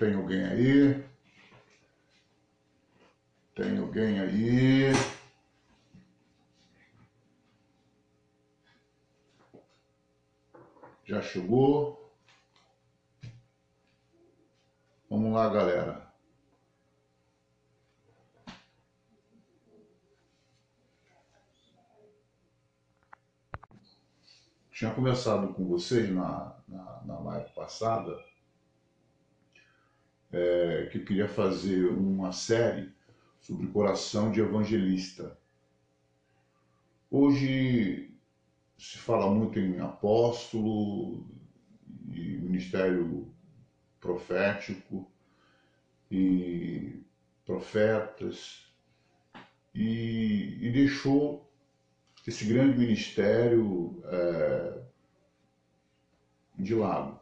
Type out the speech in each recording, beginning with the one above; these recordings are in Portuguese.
Tem alguém aí? Tem alguém aí? Já chegou? Vamos lá, galera. Tinha conversado com vocês na live passada que eu queria fazer uma série sobre coração de evangelista. Hoje se fala muito em apóstolo e ministério profético e profetas e deixou esse grande ministério de lado.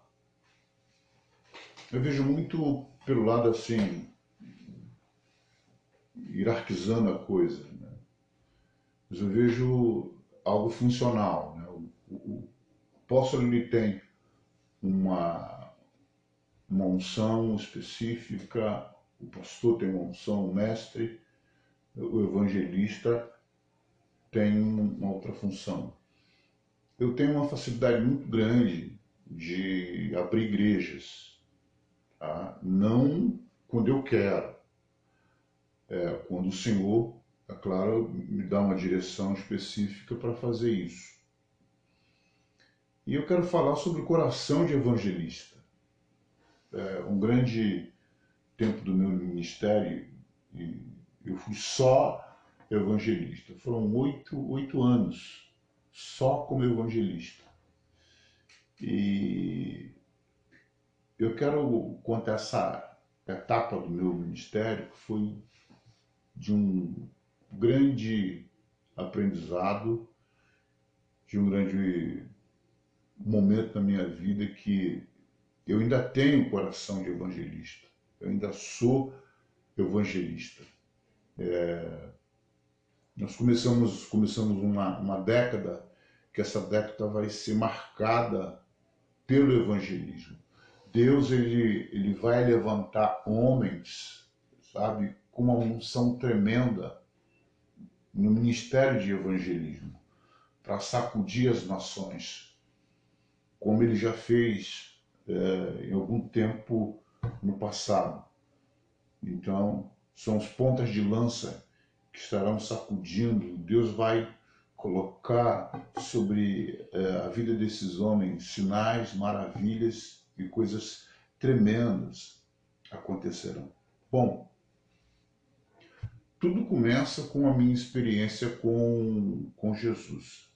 Eu vejo muito pelo lado assim, hierarquizando a coisa, né? Mas eu vejo algo funcional, né? O apóstolo ele tem uma unção específica, o pastor tem uma unção, o mestre, o evangelista tem uma outra função. Eu tenho uma facilidade muito grande de abrir igrejas, tá? Não quando eu quero, quando o Senhor, é claro, me dá uma direção específica para fazer isso. E eu quero falar sobre o coração de evangelista. Um grande tempo do meu ministério, eu fui só evangelista. Foram 8 anos só como evangelista. E eu quero contar essa etapa do meu ministério que foi de um grande aprendizado, de um grande momento na minha vida que eu ainda tenho coração de evangelista. Eu ainda sou evangelista. Nós começamos uma década, que essa década vai ser marcada pelo evangelismo. Deus ele vai levantar homens, sabe, com uma unção tremenda no ministério de evangelismo, para sacudir as nações, como ele já fez em algum tempo no passado. Então, são os pontas de lança que estarão sacudindo. Deus vai colocar sobre a vida desses homens sinais, maravilhas e coisas tremendas acontecerão. Bom, tudo começa com a minha experiência com Jesus.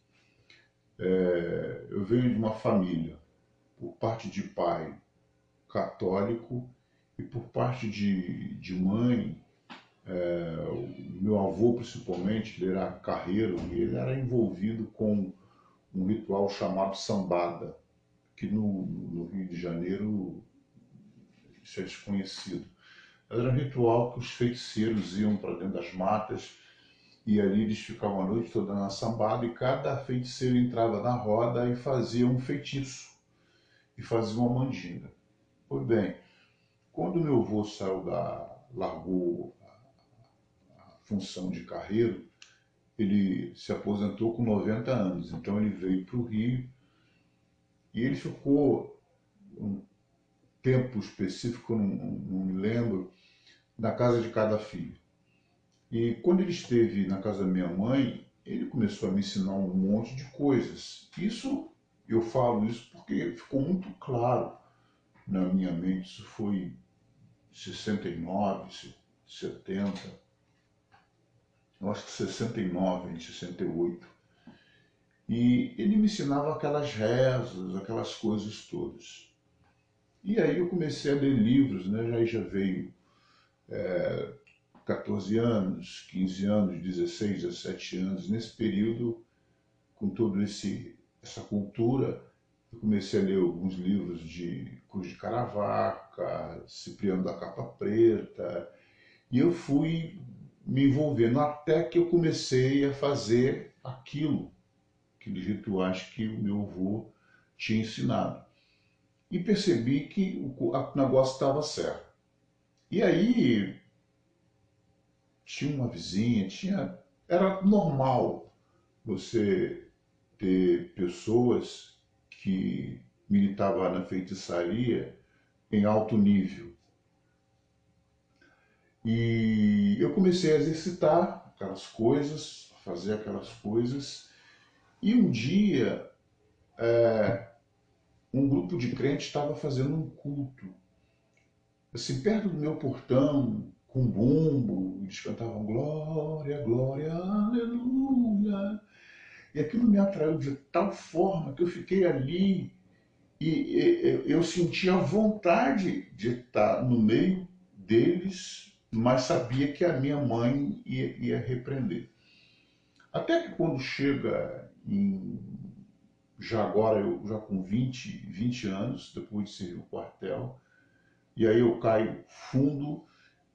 Eu venho de uma família, por parte de pai, católico, e por parte de mãe, o meu avô principalmente, ele era carreiro e ele era envolvido com um ritual chamado sambada, que no Rio de Janeiro isso é desconhecido. Era um ritual que os feiticeiros iam para dentro das matas e ali eles ficavam a noite toda na sambada e cada feiticeiro entrava na roda e fazia um feitiço e fazia uma mandinga. Pois bem, quando meu avô largou a função de carreiro, ele se aposentou com 90 anos, então ele veio para o Rio e ele ficou um tempo específico, não me lembro, na casa de cada filho. E quando ele esteve na casa da minha mãe, ele começou a me ensinar um monte de coisas. Eu falo isso porque ficou muito claro na minha mente. Isso foi 69, 70, eu acho que 69, em 68. E ele me ensinava aquelas rezas, aquelas coisas todas. E aí eu comecei a ler livros, né? Já veio 14 anos, 15 anos, 16, 17 anos. Nesse período, com toda essa cultura, eu comecei a ler alguns livros de Cruz de Caravaca, Cipriano da Capa Preta, e eu fui me envolvendo até que eu comecei a fazer aqueles rituais que o meu avô tinha ensinado. E percebi que o negócio estava certo. E aí tinha uma vizinha, era normal você ter pessoas que militavam na feitiçaria em alto nível. E eu comecei a exercitar aquelas coisas, a fazer aquelas coisas, e um dia um grupo de crentes estava fazendo um culto, assim, perto do meu portão, com bumbo, eles cantavam glória, glória, aleluia. E aquilo me atraiu de tal forma que eu fiquei ali e eu sentia vontade de estar no meio deles, mas sabia que a minha mãe ia repreender. Até que quando chega já agora, eu já com 20 anos, depois de servir o quartel, e aí eu caio fundo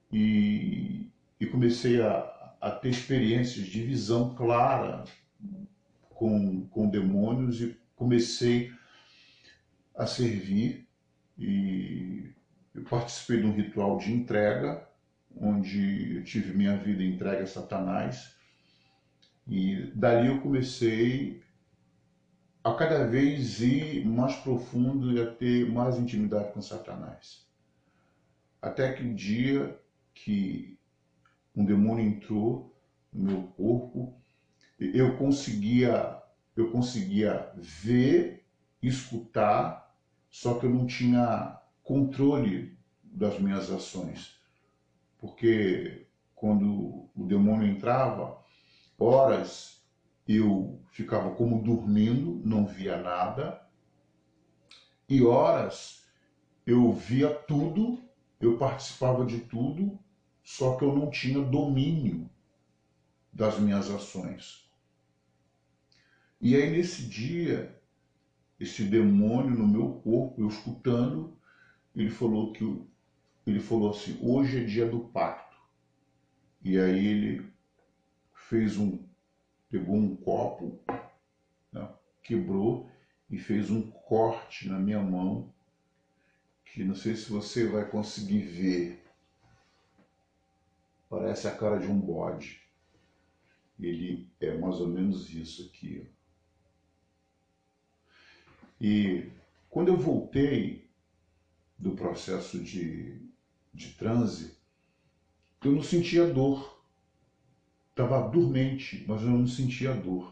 e comecei a ter experiências de visão clara com demônios e comecei a servir e eu participei de um ritual de entrega, onde eu tive minha vida entregue a Satanás e dali eu comecei a cada vez ir mais profundo e a ter mais intimidade com Satanás. Até que um dia que um demônio entrou no meu corpo, eu conseguia, eu conseguia ver, escutar, só que eu não tinha controle das minhas ações. Porque quando o demônio entrava, horas eu ficava como dormindo, não via nada, e horas eu via tudo, eu participava de tudo, só que eu não tinha domínio das minhas ações. E aí nesse dia, esse demônio no meu corpo, eu escutando, ele falou assim: hoje é dia do pacto. E aí ele pegou um copo, né, quebrou e fez um corte na minha mão, que não sei se você vai conseguir ver. Parece a cara de um bode. Ele é mais ou menos isso aqui. E quando eu voltei do processo de transe, eu não sentia dor. Estava dormente, mas eu não sentia dor.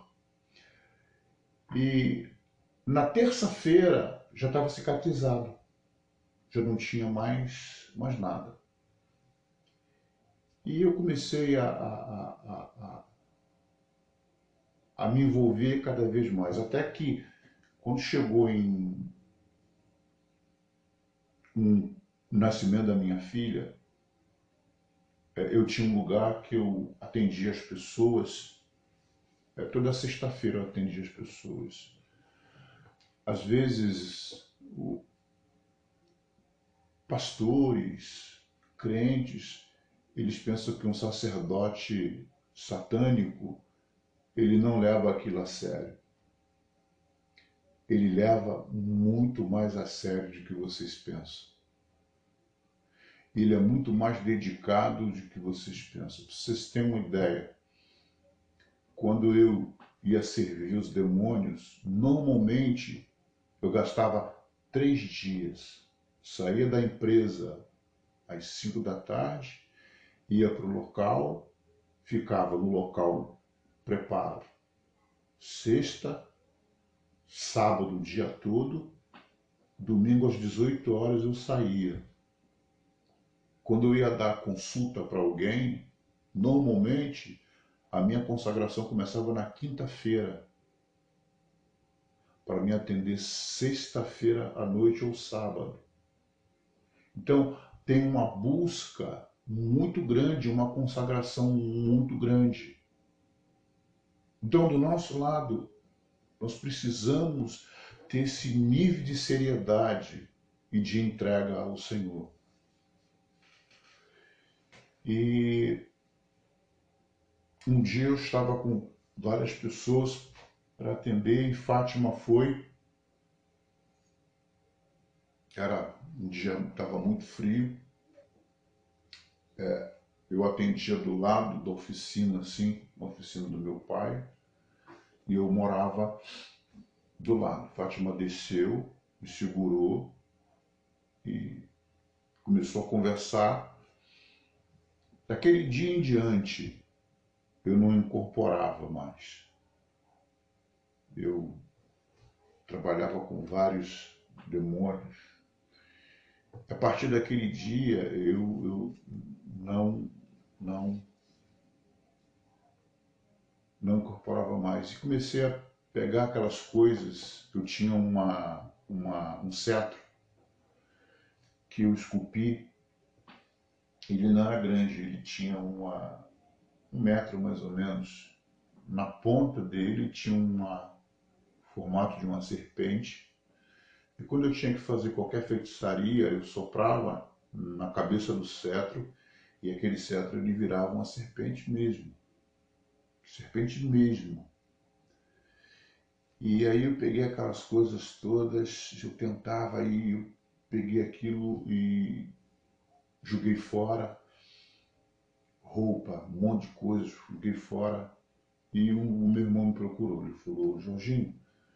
E na terça-feira já estava cicatrizado. Já não tinha mais nada. E eu comecei a me envolver cada vez mais. Até que, quando chegou no nascimento da minha filha, eu tinha um lugar que eu atendia as pessoas. Toda sexta-feira eu atendia as pessoas. Às vezes, pastores, crentes, eles pensam que um sacerdote satânico, ele não leva aquilo a sério. Ele leva muito mais a sério do que vocês pensam. Ele é muito mais dedicado do que vocês pensam. Para vocês terem uma ideia, quando eu ia servir os demônios, normalmente eu gastava 3 dias. Saía da empresa às 5 da tarde, ia para o local, ficava no local, preparo, sexta, sábado o dia todo, domingo às 18 horas eu saía. Quando eu ia dar consulta para alguém, normalmente a minha consagração começava na quinta-feira, para me atender sexta-feira à noite ou sábado. Então, tem uma busca muito grande, uma consagração muito grande. Então, do nosso lado, nós precisamos ter esse nível de seriedade e de entrega ao Senhor. E um dia eu estava com várias pessoas para atender e Fátima foi. Era um dia, estava muito frio. Eu atendia do lado da oficina, assim, uma oficina do meu pai, e eu morava do lado. Fátima desceu, me segurou e começou a conversar. Daquele dia em diante, eu não incorporava mais. Eu trabalhava com vários demônios. A partir daquele dia, eu não, não, não incorporava mais. E comecei a pegar aquelas coisas. Eu tinha um cetro que eu esculpi. Ele não era grande, ele tinha um metro mais ou menos. Na ponta dele tinha um formato de uma serpente. E quando eu tinha que fazer qualquer feitiçaria, eu soprava na cabeça do cetro e aquele cetro ele virava uma serpente mesmo. Serpente mesmo. E aí eu peguei aquelas coisas todas, eu tentava e eu peguei aquilo e joguei fora. Roupa, um monte de coisas, joguei fora. E o meu irmão me procurou, ele falou, Jorginho,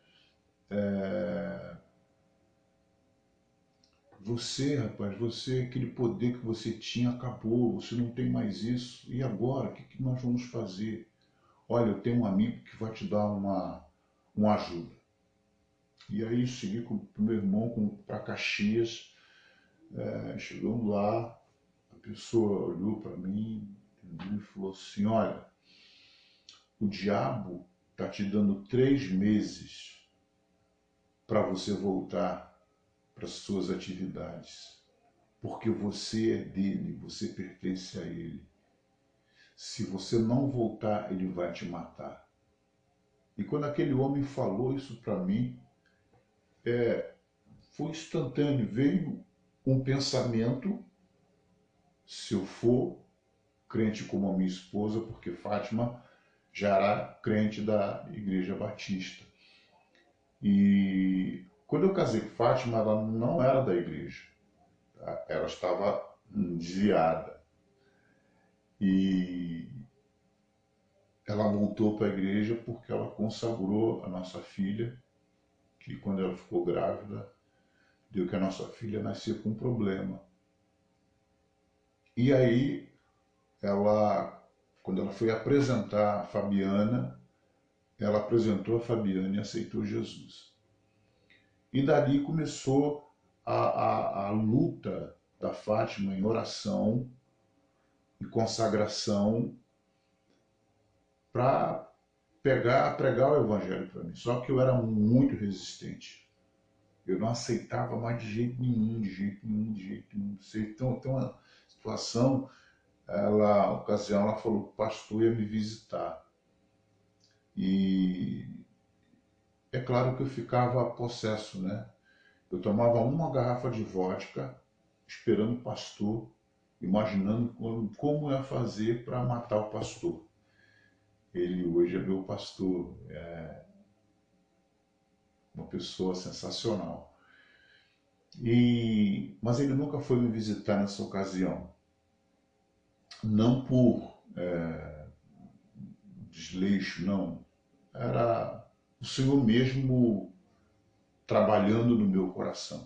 você, rapaz, você, aquele poder que você tinha acabou, você não tem mais isso. E agora, o que nós vamos fazer? Olha, eu tenho um amigo que vai te dar uma ajuda. E aí segui com o meu irmão para Caxias, chegando lá, a pessoa olhou para mim e falou assim, olha, o diabo está te dando 3 meses para você voltar para as suas atividades, porque você é dele, você pertence a ele. Se você não voltar, ele vai te matar. E quando aquele homem falou isso para mim, foi instantâneo. Veio um pensamento, se eu for crente como a minha esposa, porque Fátima já era crente da Igreja Batista. E quando eu casei com Fátima, ela não era da igreja. Tá? Ela estava desviada. E ela voltou para a igreja porque ela consagrou a nossa filha, que quando ela ficou grávida, deu que a nossa filha nascia com um problema. E aí, quando ela foi apresentar a Fabiana, ela apresentou a Fabiana e aceitou Jesus. E dali começou a luta da Fátima em oração e consagração para pregar o evangelho para mim. Só que eu era muito resistente. Eu não aceitava mais de jeito nenhum, de jeito nenhum, de jeito nenhum. Então, tem uma situação, ocasião, ela falou que o pastor ia me visitar. E é claro que eu ficava possesso, né? Eu tomava uma garrafa de vodka, esperando o pastor, imaginando como eu ia fazer para matar o pastor. Ele hoje é meu pastor, é uma pessoa sensacional. Mas ele nunca foi me visitar nessa ocasião. Não por desleixo, não. Era o Senhor mesmo trabalhando no meu coração.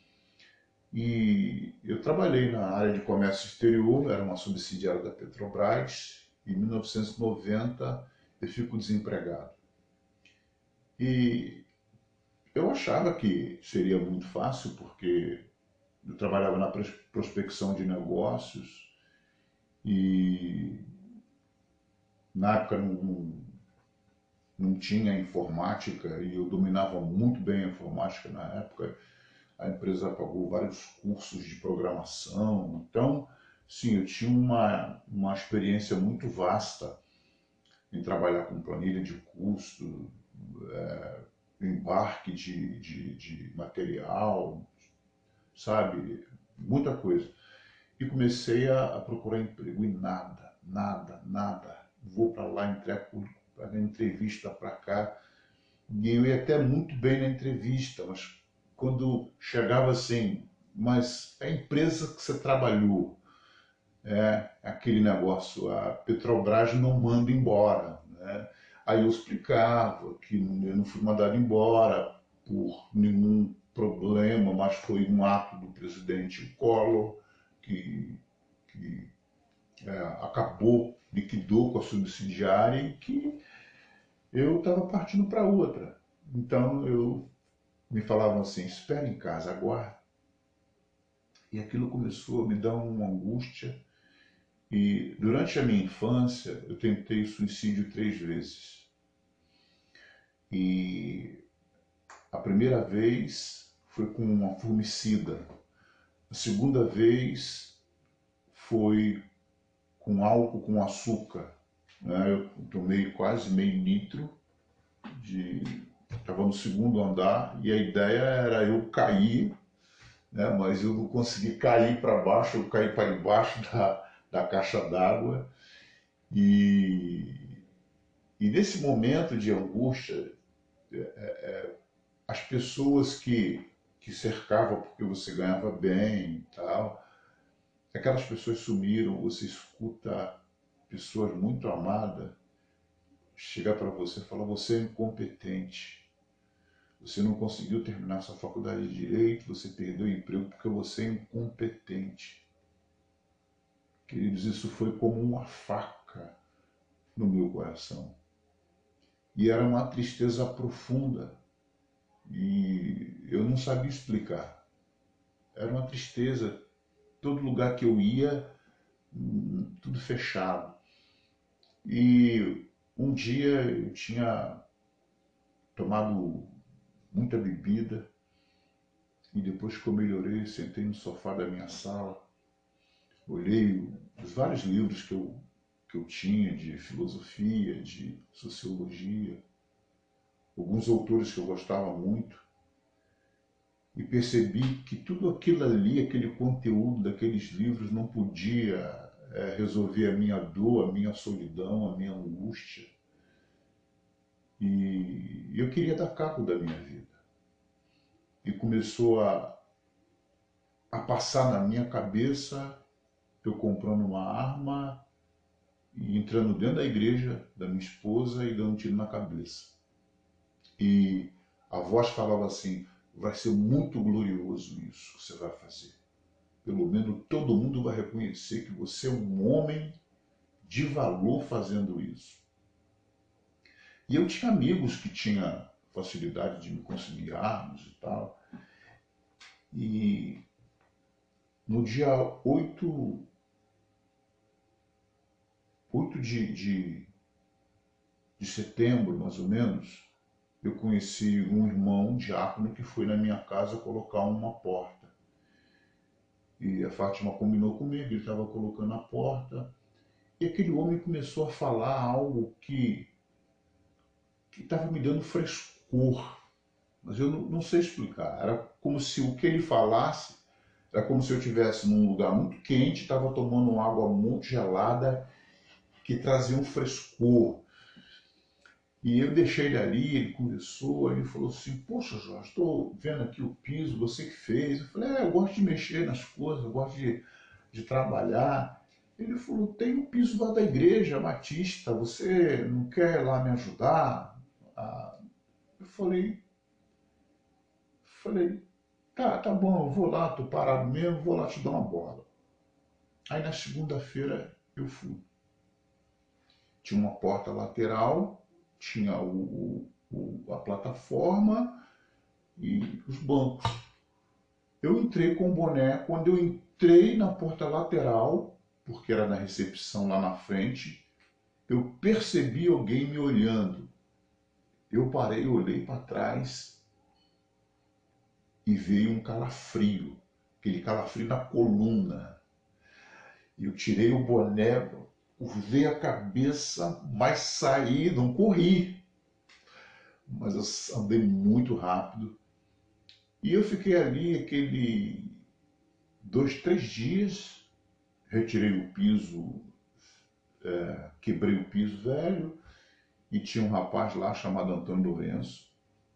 E eu trabalhei na área de comércio exterior, era uma subsidiária da Petrobras. Em 1990 eu fico desempregado. E eu achava que seria muito fácil, porque eu trabalhava na prospecção de negócios e na época não tinha informática e eu dominava muito bem a informática na época. A empresa pagou vários cursos de programação. Então, sim, eu tinha uma experiência muito vasta em trabalhar com planilha de custo, embarque de material, sabe? Muita coisa. E comecei a procurar emprego e nada, nada, nada. Vou para lá, entrego currículo, para entrevista para cá. E eu ia até muito bem na entrevista, mas quando chegava assim, mas a empresa que você trabalhou, aquele negócio, a Petrobras não manda embora, né? Aí eu explicava que eu não fui mandado embora por nenhum problema, mas foi um ato do presidente Collor que, que acabou, liquidou com a subsidiária e que eu estava partindo para outra. Então me falavam assim, espera em casa, aguarde. E aquilo começou a me dar uma angústia. E durante a minha infância, eu tentei suicídio 3 vezes. E a primeira vez foi com uma formicida. A segunda vez foi com álcool com açúcar. Né? Eu tomei quase meio litro. Estava no segundo andar e a ideia era eu cair, né? Mas eu não consegui cair para baixo, eu caí para embaixo da caixa d'água. E, e nesse momento de angústia, as pessoas que cercavam porque você ganhava bem e tal, aquelas pessoas sumiram, você escuta pessoas muito amadas chegar para você e falar, você é incompetente, você não conseguiu terminar sua faculdade de Direito, você perdeu o emprego porque você é incompetente. Queridos, isso foi como uma faca no meu coração. E era uma tristeza profunda. E eu não sabia explicar. Era uma tristeza. Todo lugar que eu ia, tudo fechado. E um dia eu tinha tomado muita bebida e depois que eu melhorei, sentei no sofá da minha sala, olhei os vários livros que eu tinha de filosofia, de sociologia, alguns autores que eu gostava muito, e percebi que tudo aquilo ali, aquele conteúdo daqueles livros não podia resolver a minha dor, a minha solidão, a minha angústia. E eu queria dar cabo da minha vida. E começou a passar na minha cabeça eu comprando uma arma e entrando dentro da igreja da minha esposa e dando um tiro na cabeça. E a voz falava assim, vai ser muito glorioso isso que você vai fazer. Pelo menos todo mundo vai reconhecer que você é um homem de valor fazendo isso. E eu tinha amigos que tinham facilidade de me conseguir armas e tal. E no dia 8 de setembro, mais ou menos, eu conheci um irmão, um diácono, que foi na minha casa colocar uma porta. E a Fátima combinou comigo, ele estava colocando a porta, e aquele homem começou a falar algo que estava me dando frescor, mas eu não sei explicar. Era como se o que ele falasse, era como se eu estivesse num lugar muito quente, estava tomando uma água muito gelada, que trazia um frescor. E eu deixei ele ali, ele conversou, aí ele falou assim, poxa Jorge, estou vendo aqui o piso, você que fez. Eu falei, eu gosto de mexer nas coisas, eu gosto de trabalhar. Ele falou, tem um piso lá da igreja Batista, você não quer lá me ajudar? Eu falei, tá bom, eu vou lá, tô parado mesmo, vou lá te dar uma bola. Aí na segunda-feira eu fui. Tinha uma porta lateral, tinha a plataforma e os bancos. Eu entrei com o boné, quando eu entrei na porta lateral, porque era na recepção lá na frente, eu percebi alguém me olhando. Eu parei, olhei para trás e veio um calafrio, aquele calafrio na coluna. Eu tirei o boné, curvei a cabeça, mas saí, não corri. Mas eu andei muito rápido. E eu fiquei ali aquele 2, 3 dias, retirei o piso, quebrei o piso velho, e tinha um rapaz lá chamado Antônio Lourenço.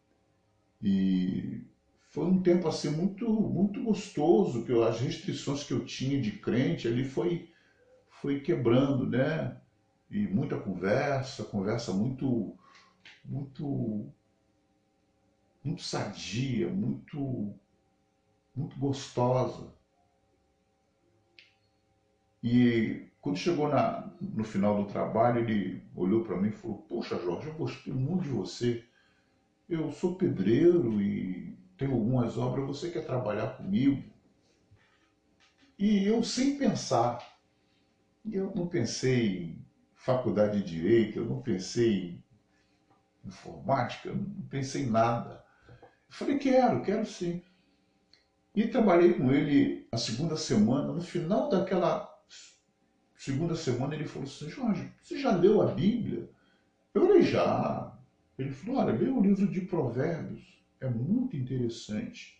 E foi um tempo assim muito, muito gostoso, que as restrições que eu tinha de crente ali foi foi quebrando, né? E muita conversa, conversa muito, muito sadia, muito gostosa. E quando chegou no final do trabalho, ele olhou para mim e falou: Poxa, Jorge, eu gostei muito de você. Eu sou pedreiro e tenho algumas obras, você quer trabalhar comigo? E eu, sem pensar, eu não pensei em faculdade de Direito, eu não pensei em informática, eu não pensei em nada. Eu falei: quero sim. E trabalhei com ele a segunda semana. No final daquela segunda semana, ele falou assim: Jorge, você já leu a Bíblia? Eu falei: já. Ele falou: olha, lê o livro de Provérbios, é muito interessante.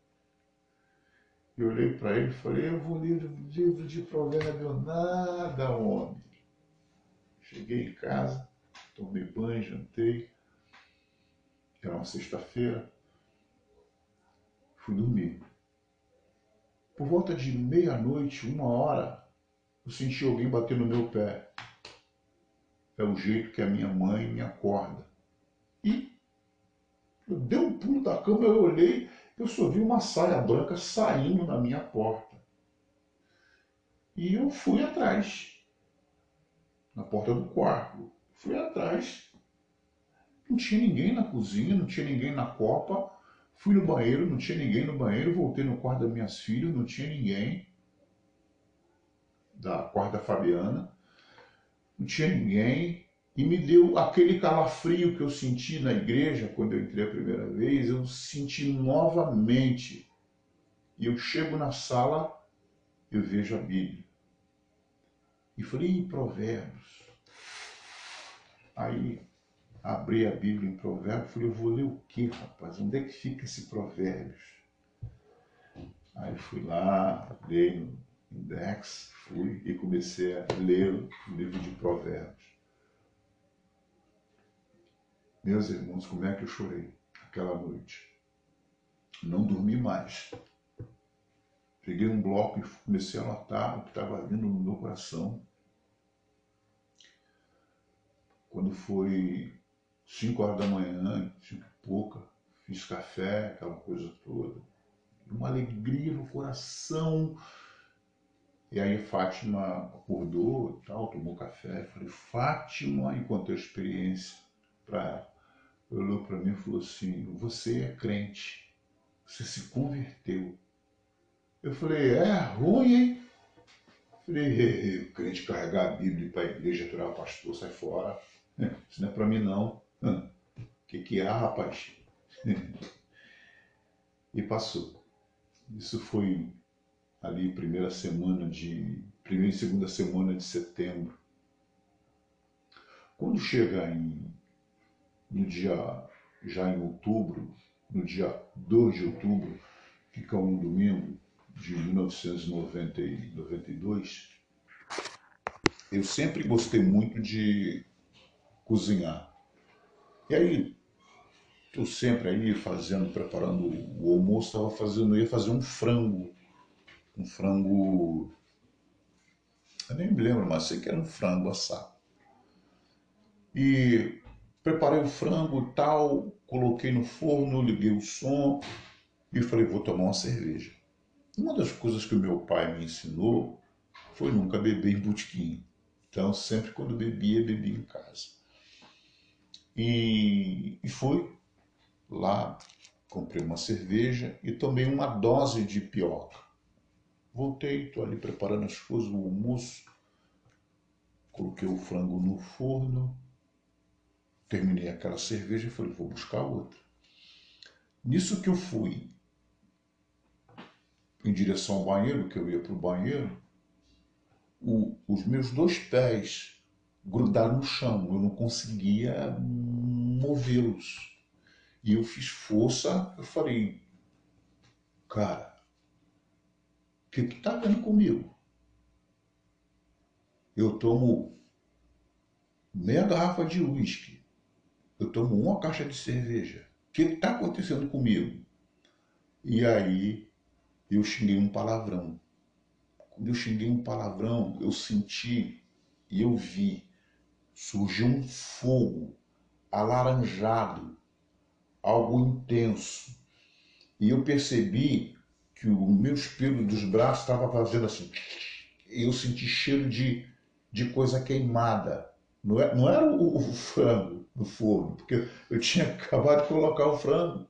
Eu olhei para ele e falei: eu vou ler o livro de Provérbios nada, homem. Cheguei em casa, tomei banho, jantei, era uma sexta-feira, fui dormir. Por volta de meia-noite, 1 hora, eu senti alguém bater no meu pé. É o jeito que a minha mãe me acorda. E eu dei um pulo da cama, eu olhei, eu só vi uma saia branca saindo na minha porta. E eu fui atrás, na porta do quarto. Fui atrás. Não tinha ninguém na cozinha, não tinha ninguém na copa. Fui no banheiro, não tinha ninguém no banheiro. Voltei no quarto das minhas filhas, não tinha ninguém. Da quarto da Fabiana, não tinha ninguém. E me deu aquele calafrio que eu senti na igreja quando eu entrei a primeira vez, eu senti novamente. E eu chego na sala, eu vejo a Bíblia. E falei: Provérbios. Aí abri a Bíblia em Provérbios, falei: eu vou ler o quê, rapaz? Onde é que fica esse Provérbios? Aí fui lá, dei no index, fui e comecei a ler o livro de Provérbios. Meus irmãos, como é que eu chorei aquela noite? Não dormi mais. Peguei um bloco e comecei a anotar o que estava vindo no meu coração. Quando foi 5 horas da manhã, 5 e pouca, fiz café, aquela coisa toda. Uma alegria no coração. E aí Fátima acordou e tal, tomou café. Eu falei: Fátima, e contei a experiência para ela. Olhou para mim e falou assim: você é crente, você se converteu. Eu falei: é ruim, hein? Eu falei: o crente carregar a Bíblia para a igreja, virar pastor, sai fora. Isso não é para mim não. O que é, rapaz? E passou. Isso foi ali primeira e segunda semana de setembro. Quando chega no dia, já em outubro, no dia 2 de outubro, que caiu um domingo de 1992, eu sempre gostei muito de cozinhar. E aí, estou sempre aí preparando o almoço, ia fazer um frango, eu nem me lembro, mas sei que era um frango assado. E preparei o frango e tal, coloquei no forno, liguei o som e falei: vou tomar uma cerveja. Uma das coisas que o meu pai me ensinou foi nunca beber em botequim. Então, sempre quando bebia em casa. E fui lá, comprei uma cerveja e tomei uma dose de pioca. Voltei, estou ali preparando as coisas, o almoço, coloquei o frango no forno, terminei aquela cerveja e falei: vou buscar outra. Nisso que eu fui em direção ao banheiro, que eu ia para o banheiro, os meus 2 pés grudaram no chão, eu não conseguia movê-los. E eu fiz força, eu falei: cara, o que que tá vendo comigo? Eu tomo meia garrafa de uísque, eu tomo uma caixa de cerveja. O que está acontecendo comigo? E aí eu xinguei um palavrão quando eu xinguei um palavrão, eu senti e eu vi, surgiu um fogo alaranjado, algo intenso. E eu percebi que o meu espelho dos braços estava fazendo assim. E eu senti cheiro de coisa queimada. Não era o frango no forno, porque eu tinha acabado de colocar o frango.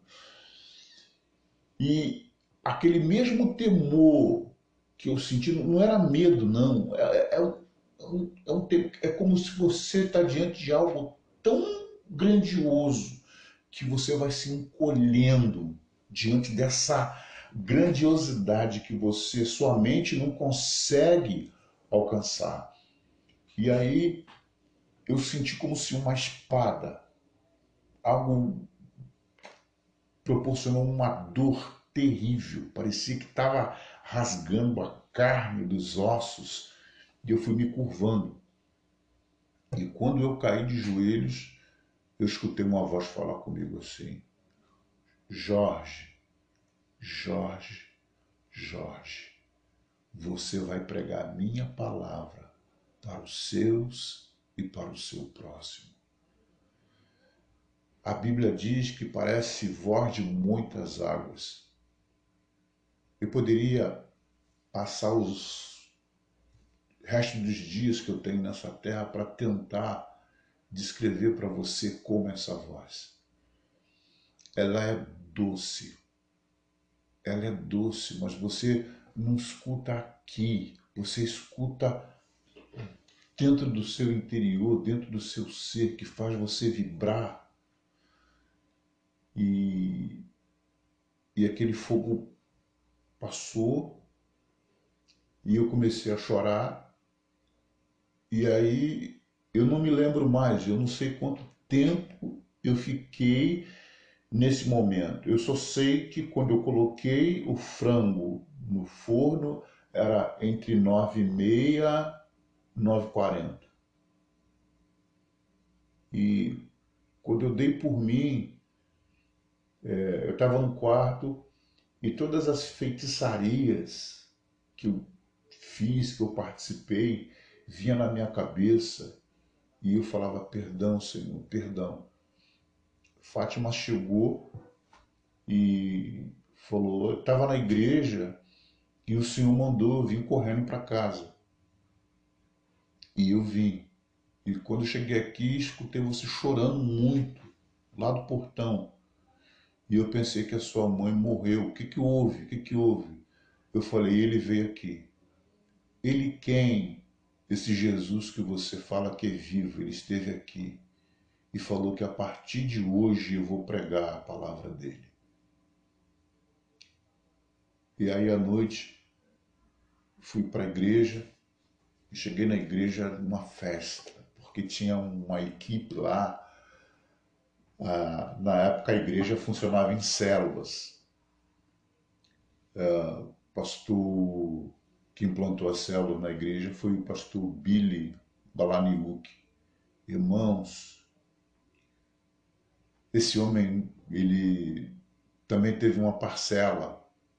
E aquele mesmo temor que eu senti, não era medo, não. É como se você está diante de algo tão grandioso que você vai se encolhendo diante dessa grandiosidade que sua mente não consegue alcançar. E aí eu senti como se uma espada, algo proporcionou uma dor terrível, parecia que estava rasgando a carne dos ossos, e eu fui me curvando. E quando eu caí de joelhos, eu escutei uma voz falar comigo assim: Jorge, Jorge, Jorge, você vai pregar a minha palavra para os seus e para o seu próximo. A Bíblia diz que parece voz de muitas águas. Eu poderia passar os restos dos dias que eu tenho nessa terra para tentar descrever para você como essa voz. Ela é doce. Ela é doce, mas você não escuta aqui. Você escuta dentro do seu interior, dentro do seu ser, que faz você vibrar. E aquele fogo passou e eu comecei a chorar. E aí eu não me lembro mais, eu não sei quanto tempo eu fiquei nesse momento. Eu só sei que quando eu coloquei o frango no forno era entre 9h30 e 9h40. E quando eu dei por mim, eu estava no quarto e todas as feitiçarias que eu fiz, que eu participei, vinha na minha cabeça e eu falava: perdão, Senhor, perdão. Fátima chegou e falou: eu estava na igreja e o Senhor mandou eu vir correndo para casa. E eu vim. E quando eu cheguei aqui, escutei você chorando muito lá do portão. E eu pensei que a sua mãe morreu. O que que houve? O que que houve? Eu falei: ele veio aqui. Ele quem? Esse Jesus que você fala que é vivo, ele esteve aqui e falou que a partir de hoje eu vou pregar a palavra dele. E aí à noite fui para a igreja e cheguei na igreja numa festa, porque tinha uma equipe lá. Na época a igreja funcionava em células. O pastor que implantou a célula na igreja foi o pastor Billy Balaniuk. Irmãos, esse homem, ele também teve uma parcela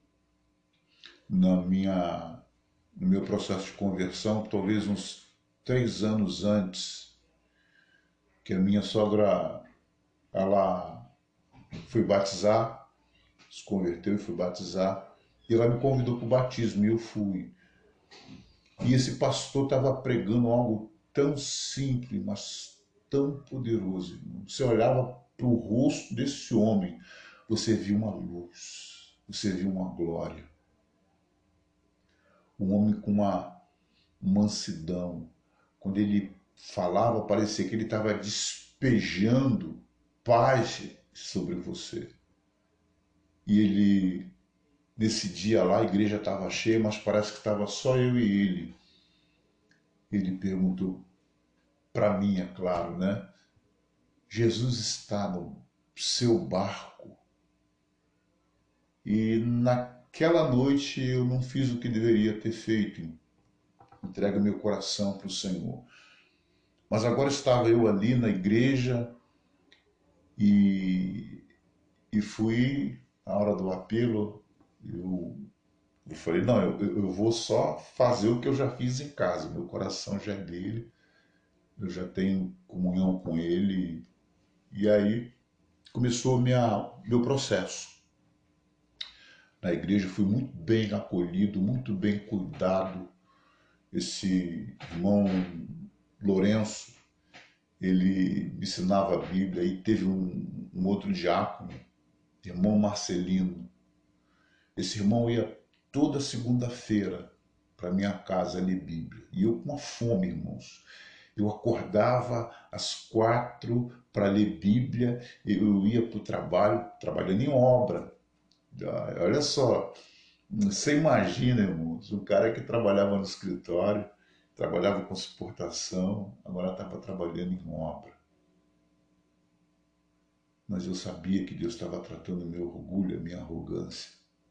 no meu processo de conversão, talvez uns 3 anos antes, que a minha sogra, ela foi batizar, se converteu e foi batizar, e ela me convidou para o batismo e eu fui. E esse pastor estava pregando algo tão simples, mas tão poderoso. Você olhava para o rosto desse homem, você via uma luz, você via uma glória. Um homem com uma mansidão. Quando ele falava, parecia que ele estava despejando paz sobre você. E ele, nesse dia lá, a igreja estava cheia, mas parece que estava só eu e ele. Ele perguntou para mim, é claro, né? Jesus está no seu barco. E naquela noite eu não fiz o que deveria ter feito. Entrega meu coração para o Senhor. Mas agora estava eu ali na igreja e fui, na hora do apelo, eu Eu falei, não, eu vou só fazer o que eu já fiz em casa. Meu coração já é dele, eu já tenho comunhão com ele. E aí começou meu processo. Na igreja fui muito bem acolhido, muito bem cuidado. Esse irmão Lourenço, ele me ensinava a Bíblia. E teve um outro diácono, irmão Marcelino. Esse irmão ia toda segunda-feira para minha casa ler Bíblia. E eu com uma fome, irmãos. Eu acordava às 4 para ler Bíblia, eu ia para o trabalho, trabalhando em obra. Olha só, você imagina, irmãos, um cara que trabalhava no escritório, trabalhava com suportação, agora estava trabalhando em obra. Mas eu sabia que Deus estava tratando o meu orgulho, a minha arrogância.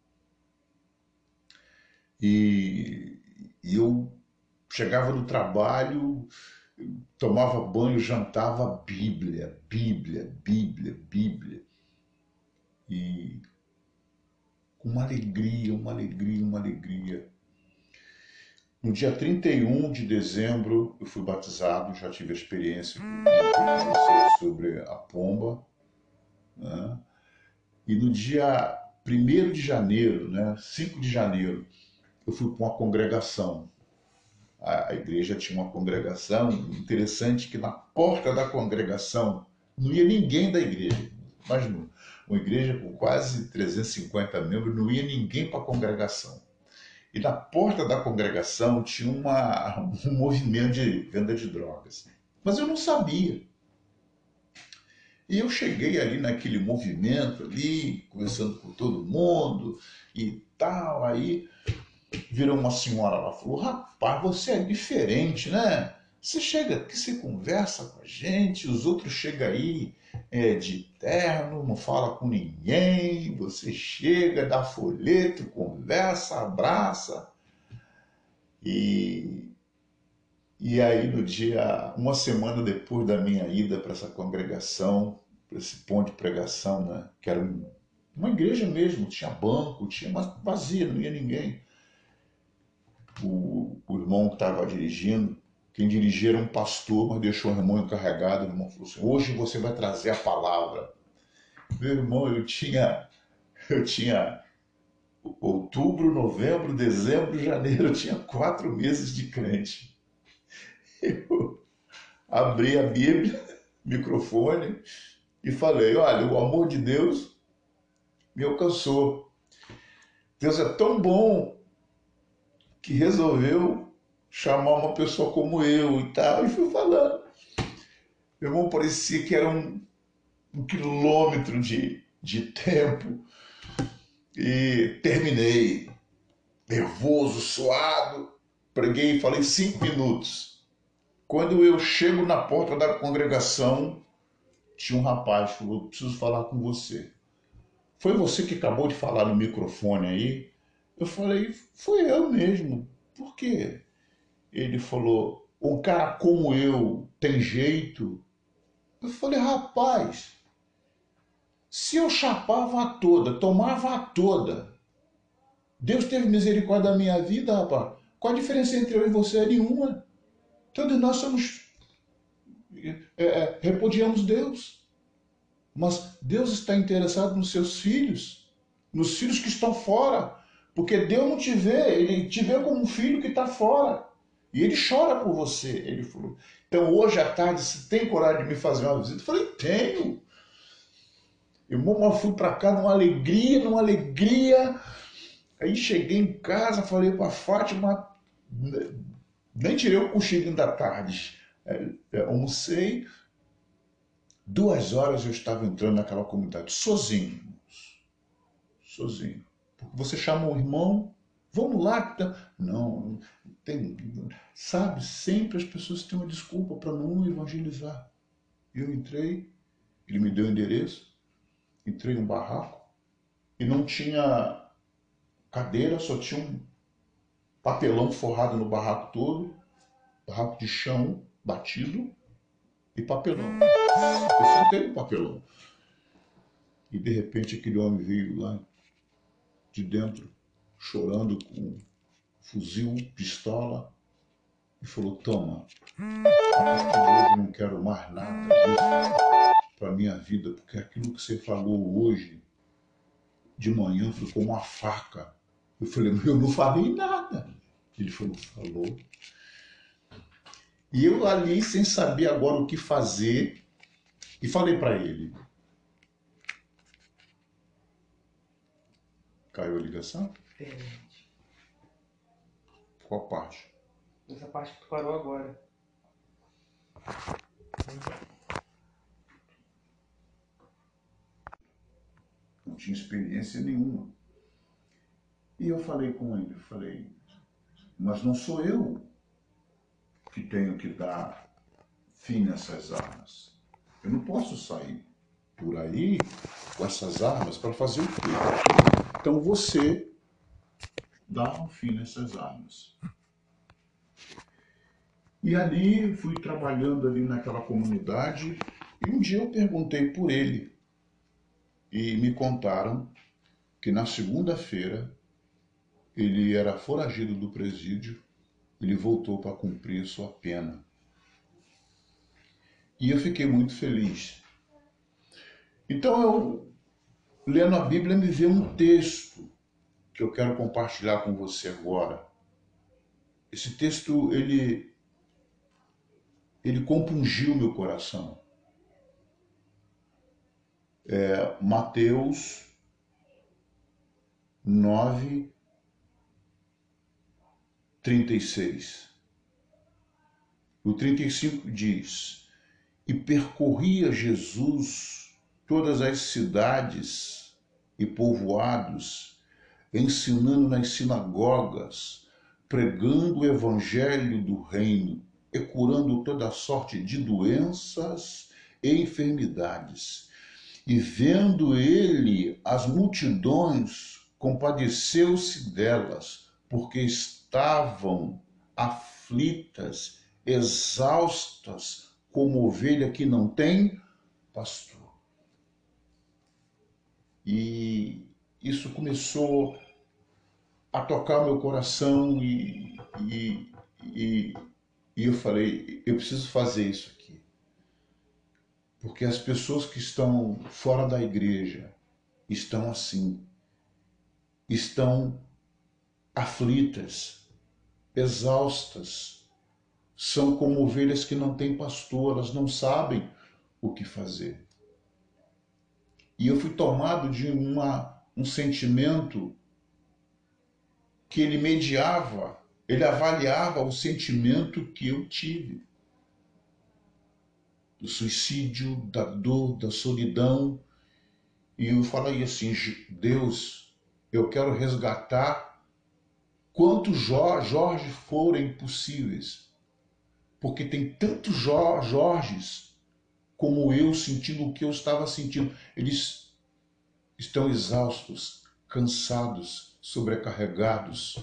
E, e eu chegava do trabalho, tomava banho, jantava Bíblia, Bíblia, Bíblia, Bíblia. E com uma alegria, uma alegria, uma alegria. No dia 31 de dezembro eu fui batizado, já tive a experiência com vocês sobre a pomba, né? E no dia 1º de janeiro, né, 5 de janeiro, eu fui para uma congregação. A igreja tinha uma congregação, interessante que na porta da congregação não ia ninguém da igreja. Imagina, uma igreja com quase 350 membros, não ia ninguém para a congregação. E na porta da congregação tinha um movimento de venda de drogas. Mas eu não sabia. E eu cheguei ali naquele movimento ali, conversando com todo mundo e tal, aí virou uma senhora lá, falou, rapaz, você é diferente, né? Você chega aqui, você conversa com a gente, os outros chegam aí de terno, não fala com ninguém, você chega, dá folheto, conversa, abraça. E, e aí no dia, uma semana depois da minha ida para essa congregação, para esse ponto de pregação, né, que era uma igreja mesmo, tinha banco, tinha uma vazia, não ia ninguém. O irmão que estava dirigindo, quem dirigia era um pastor, mas deixou o irmão encarregado. O irmão falou assim, hoje você vai trazer a palavra. Meu irmão, eu tinha outubro, novembro, dezembro, janeiro, eu tinha 4 meses de crente. Eu abri a Bíblia, microfone, e falei, olha, o amor de Deus me alcançou. Deus é tão bom que resolveu chamar uma pessoa como eu e tal, e fui falando. Meu irmão, parecia que era um quilômetro de tempo. E terminei, nervoso, suado, preguei e falei 5 minutos. Quando eu chego na porta da congregação, tinha um rapaz que falou, preciso falar com você. Foi você que acabou de falar no microfone aí? Eu falei, foi eu mesmo. Por quê? Ele falou, um cara como eu tem jeito? Eu falei, rapaz, se eu chapava a toda, tomava a toda, Deus teve misericórdia da minha vida, rapaz. Qual a diferença entre eu e você? É nenhuma. Todos nós somos, repudiamos Deus. Mas Deus está interessado nos seus filhos, nos filhos que estão fora. Porque Deus não te vê, Ele te vê como um filho que está fora. E Ele chora por você. Ele falou, então hoje à tarde, você tem coragem de me fazer uma visita? Eu falei, tenho. Eu fui para cá numa alegria, numa alegria. Aí cheguei em casa, falei para a Fátima, nem tirei o cochilinho da tarde. Almocei, 2 horas eu estava entrando naquela comunidade, sozinho, sozinho. Porque você chama um irmão, vamos lá. Não, tem, sabe, sempre as pessoas têm uma desculpa para não evangelizar. Eu entrei, ele me deu o endereço, entrei num barraco e não tinha cadeira, só tinha um papelão forrado no barraco todo, barraco de chão batido e papelão. Eu sentei no papelão. E de repente aquele homem veio lá de dentro, chorando com fuzil, pistola, e falou: toma, a partir de hoje eu não quero mais nada disso para minha vida, porque aquilo que você falou hoje de manhã foi como uma faca. Eu falei: mas eu não falei nada. Ele falou. E eu ali, sem saber agora o que fazer, e falei para ele. Caiu a ligação? Internet. Qual parte? Essa parte que tu parou agora. Não tinha experiência nenhuma. E eu falei com ele, mas não sou eu que tenho que dar fim nessas armas. Eu não posso sair por aí com essas armas para fazer o quê? Então você dá um fim nessas armas. E ali fui trabalhando ali naquela comunidade e um dia eu perguntei por ele e me contaram que na segunda-feira ele era foragido do presídio, ele voltou para cumprir sua pena. E eu fiquei muito feliz. Então eu, lendo a Bíblia, me veio um texto que eu quero compartilhar com você agora. Esse texto, ele compungiu meu coração. É Mateus 9:36. O 35 diz: E percorria Jesus todas as cidades e povoados, ensinando nas sinagogas, pregando o evangelho do reino e curando toda sorte de doenças e enfermidades. E vendo ele as multidões, compadeceu-se delas, porque estavam aflitas, exaustas, como ovelha que não tem pastor. E isso começou a tocar meu coração e eu falei: eu preciso fazer isso aqui. Porque as pessoas que estão fora da igreja estão assim, estão aflitas, exaustas, são como ovelhas que não têm pastor, elas não sabem o que fazer. E eu fui tomado de um sentimento que ele mediava, ele avaliava o sentimento que eu tive. Do suicídio, da dor, da solidão. E eu falei assim: Deus, eu quero resgatar quantos Jorge forem possíveis. Porque tem tantos Jorges como eu sentindo o que eu estava sentindo. Eles estão exaustos, cansados, sobrecarregados.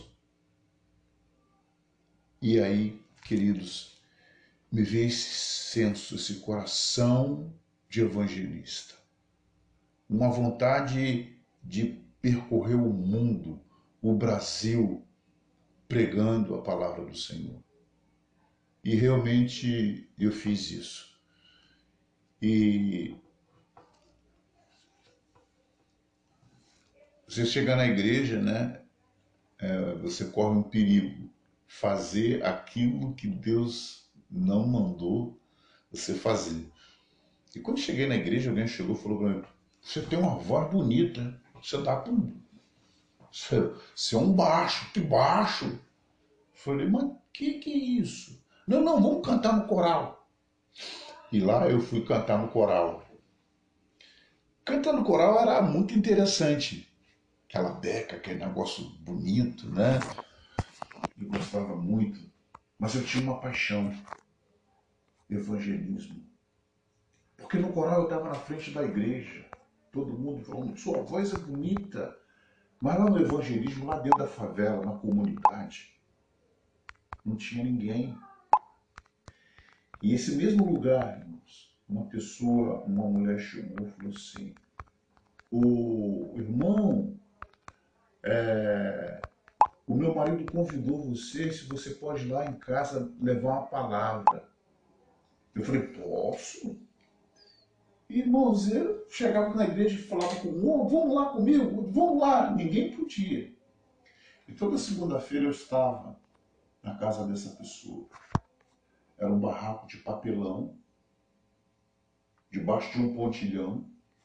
E aí, queridos, me veio esse senso, esse coração de evangelista. Uma vontade de percorrer o mundo, o Brasil, pregando a palavra do Senhor. E realmente eu fiz isso. E você chega na igreja, né? Você corre um perigo. Fazer aquilo que Deus não mandou você fazer. E quando cheguei na igreja, alguém chegou e falou para mim: você tem uma voz bonita, você dá para você é um baixo, que baixo. Eu falei: mas que é isso? Não, não, vamos cantar no coral. E lá eu fui cantar no coral. Cantar no coral era muito interessante. Aquela beca, aquele negócio bonito, né? Eu gostava muito. Mas eu tinha uma paixão, evangelismo. Porque no coral eu estava na frente da igreja. Todo mundo falando: sua voz é bonita. Mas lá no evangelismo, lá dentro da favela, na comunidade, não tinha ninguém. E esse mesmo lugar, irmãos, uma mulher chegou e falou assim: o irmão, o meu marido convidou você, se você pode ir lá em casa levar uma palavra. Eu falei, posso? Irmãos, eu chegava na igreja e falava com um, vamos lá comigo, vamos lá. Ninguém podia. E toda segunda-feira eu estava na casa dessa pessoa. Era um barraco de papelão, debaixo de um pontilhão,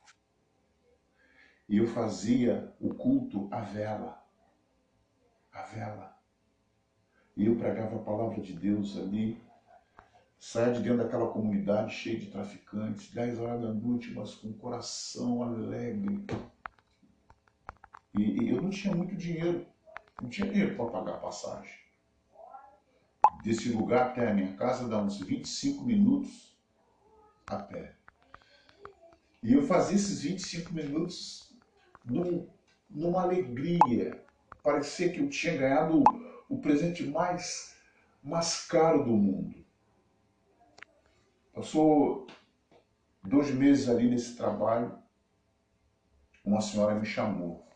e eu fazia o culto à vela. À vela. E eu pregava a palavra de Deus ali, saia de dentro daquela comunidade cheia de traficantes, 10 horas da noite, mas com o coração alegre. E eu não tinha muito dinheiro, não tinha dinheiro para pagar a passagem. Desse lugar até a minha casa dá uns 25 minutos a pé. E eu fazia esses 25 minutos numa alegria. Parecia que eu tinha ganhado o presente mais caro do mundo. Passou 2 meses ali nesse trabalho, uma senhora me chamou.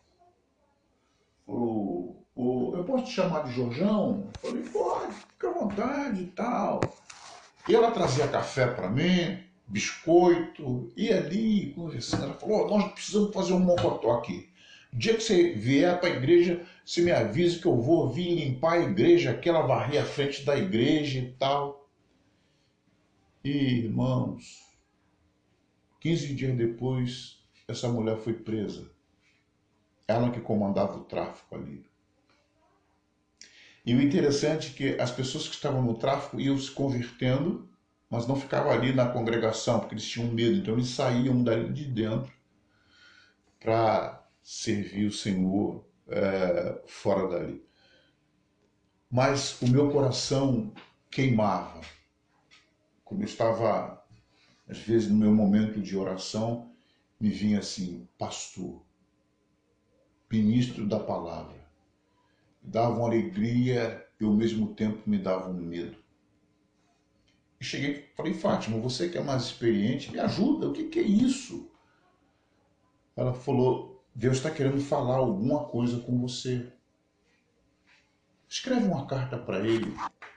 Falou, eu posso te chamar de Jorjão? Eu falei, pode, fica à vontade e tal. E ela trazia café para mim, biscoito, e ali conversando. Ela falou, nós precisamos fazer um mocotó aqui. O dia que você vier para a igreja, você me avisa que eu vou vir limpar a igreja, que ela varrer a frente da igreja e tal. E, irmãos, 15 dias depois, essa mulher foi presa. Ela que comandava o tráfico ali. E o interessante é que as pessoas que estavam no tráfico iam se convertendo, mas não ficavam ali na congregação, porque eles tinham medo. Então eles saíam dali de dentro para servir o Senhor fora dali. Mas o meu coração queimava. Quando eu estava, às vezes, no meu momento de oração, me vinha assim, pastor, ministro da palavra. Dava uma alegria e ao mesmo tempo me dava um medo. E cheguei e falei, Fátima, você que é mais experiente, me ajuda, o que é isso? Ela falou, Deus está querendo falar alguma coisa com você. Escreve uma carta para ele.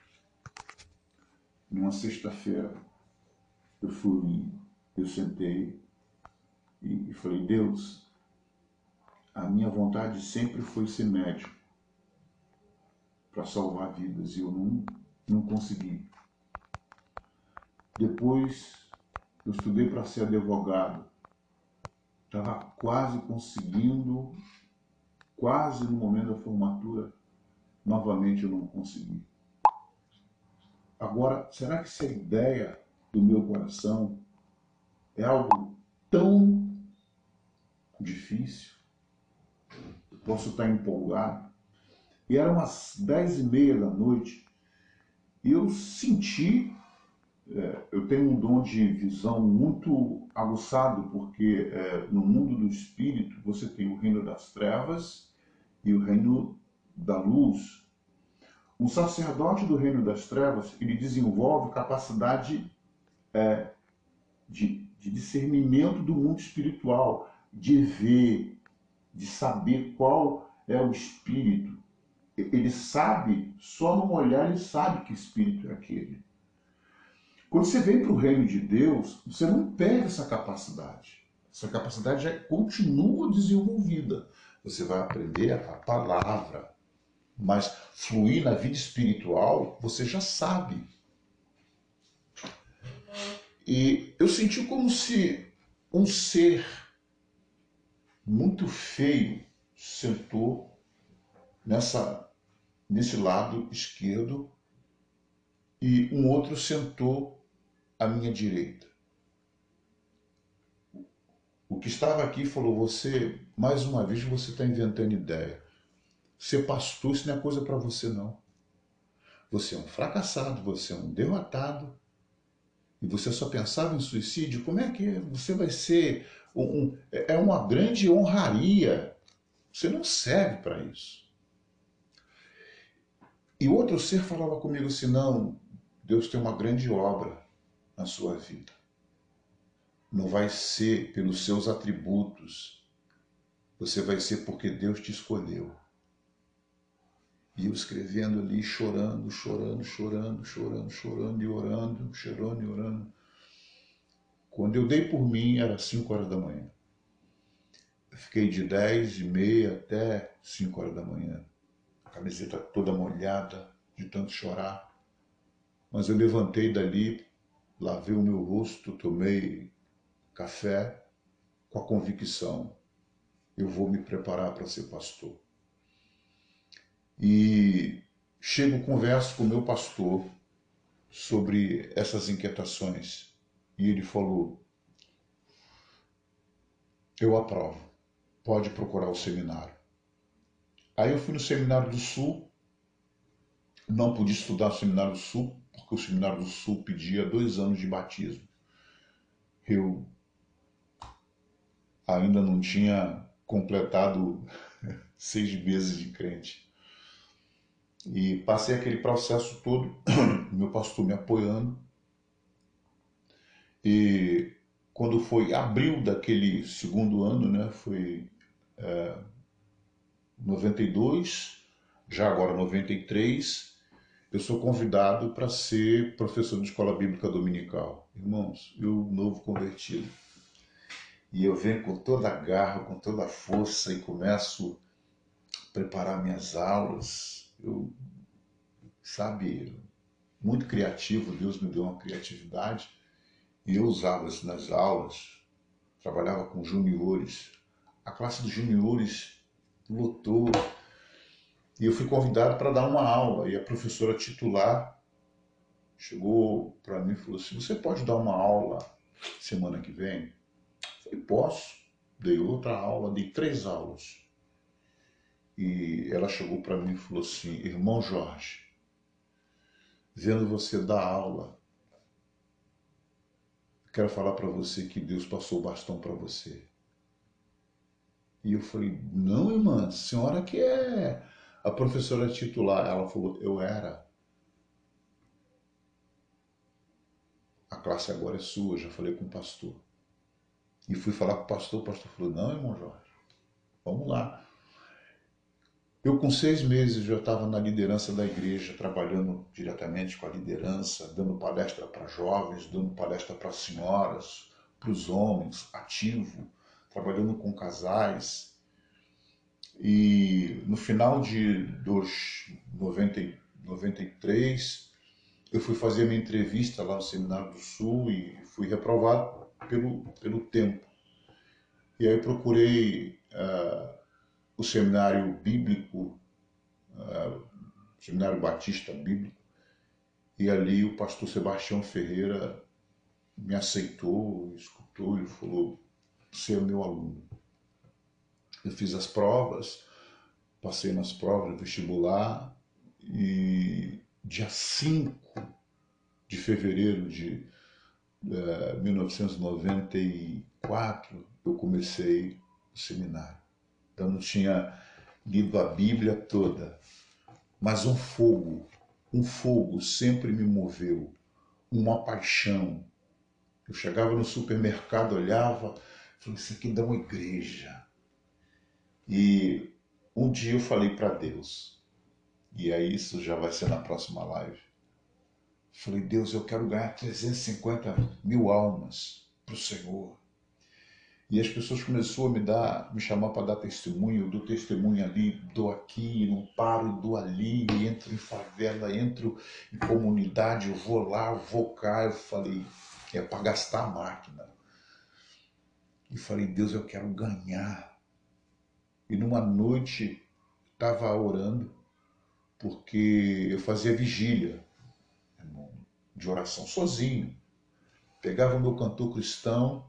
Numa sexta-feira, eu sentei e falei, Deus, a minha vontade sempre foi ser médico para salvar vidas e eu não consegui. Depois eu estudei para ser advogado. Estava quase conseguindo, quase no momento da formatura, novamente eu não consegui. Agora, será que essa ideia do meu coração é algo tão difícil? Eu posso estar empolgado. E eram umas 10h30 da noite e eu senti, eu tenho um dom de visão muito aguçado, porque no mundo do espírito você tem o reino das trevas e o reino da luz. Um sacerdote do reino das trevas, ele desenvolve capacidade de discernimento do mundo espiritual, de ver, de saber qual é o espírito. Ele sabe, só no olhar ele sabe que espírito é aquele. Quando você vem para o reino de Deus, você não perde essa capacidade. Essa capacidade já continua desenvolvida. Você vai aprender a palavra, mas fluir na vida espiritual, você já sabe. E eu senti como se um ser muito feio sentou nesse lado esquerdo e um outro sentou à minha direita. O que estava aqui falou, você, mais uma vez, você está inventando ideia. Ser pastor, isso não é coisa para você, não. Você é um fracassado, você é um derrotado, e você só pensava em suicídio. Como é que você vai ser é uma grande honraria. Você não serve para isso. E outro ser falava comigo assim, não, Deus tem uma grande obra na sua vida. Não vai ser pelos seus atributos. Você vai ser porque Deus te escolheu. E eu escrevendo ali, chorando, e orando, chorando e orando. Quando eu dei por mim, era 5 horas da manhã. Eu fiquei de 10h30 até 5 horas da manhã. A camiseta toda molhada, de tanto chorar. Mas eu levantei dali, lavei o meu rosto, tomei café com a convicção: eu vou me preparar para ser pastor. E chego, converso com o meu pastor sobre essas inquietações. E ele falou: eu aprovo, pode procurar o seminário. Aí eu fui no Seminário do Sul, não pude estudar no Seminário do Sul, porque o Seminário do Sul pedia 2 anos de batismo. Eu ainda não tinha completado 6 meses de crente. E passei aquele processo todo, meu pastor me apoiando. E quando foi abril daquele segundo ano, né, foi 92, já agora 93, eu sou convidado para ser professor de escola bíblica dominical. Irmãos, eu novo convertido. E eu venho com toda a garra, com toda a força e começo a preparar minhas aulas. Eu, sabe, muito criativo, Deus me deu uma criatividade. E eu usava isso nas aulas, trabalhava com juniores. A classe dos juniores lotou. E eu fui convidado para dar uma aula. E a professora titular chegou para mim e falou assim: você pode dar uma aula semana que vem? Eu falei: posso. Dei outra aula, dei 3 aulas. E ela chegou para mim e falou assim: irmão Jorge, vendo você dar aula, quero falar para você que Deus passou o bastão para você. E eu falei: não, irmã, a senhora que é a professora titular. Ela falou: eu era. A classe agora é sua, já falei com o pastor. E fui falar com o pastor falou: não, irmão Jorge, vamos lá. Eu com 6 meses já estava na liderança da igreja, trabalhando diretamente com a liderança, dando palestra para jovens, dando palestra para senhoras, para os homens, ativo, trabalhando com casais. E no final de 93, eu fui fazer minha entrevista lá no Seminário do Sul e fui reprovado pelo tempo. E aí eu procurei o Seminário Bíblico, Seminário Batista Bíblico, e ali o pastor Sebastião Ferreira me aceitou, escutou e falou: você é meu aluno. Eu fiz as provas, passei nas provas do vestibular e dia 5 de fevereiro de 1994 eu comecei o seminário. Então não tinha lido a Bíblia toda, mas um fogo sempre me moveu, uma paixão. Eu chegava no supermercado, olhava, falei: isso aqui dá uma igreja. E um dia eu falei para Deus, e aí isso já vai ser na próxima live. Falei: Deus, eu quero ganhar 350 mil almas para o Senhor. E as pessoas começaram a me chamar para dar testemunho. Eu dou testemunho ali, dou aqui, não paro, dou ali, entro em favela, entro em comunidade, eu vou lá, eu vou cá. Eu falei: é para gastar a máquina. E falei: Deus, eu quero ganhar. E numa noite estava orando, porque eu fazia vigília de oração sozinho. Pegava o meu cantor cristão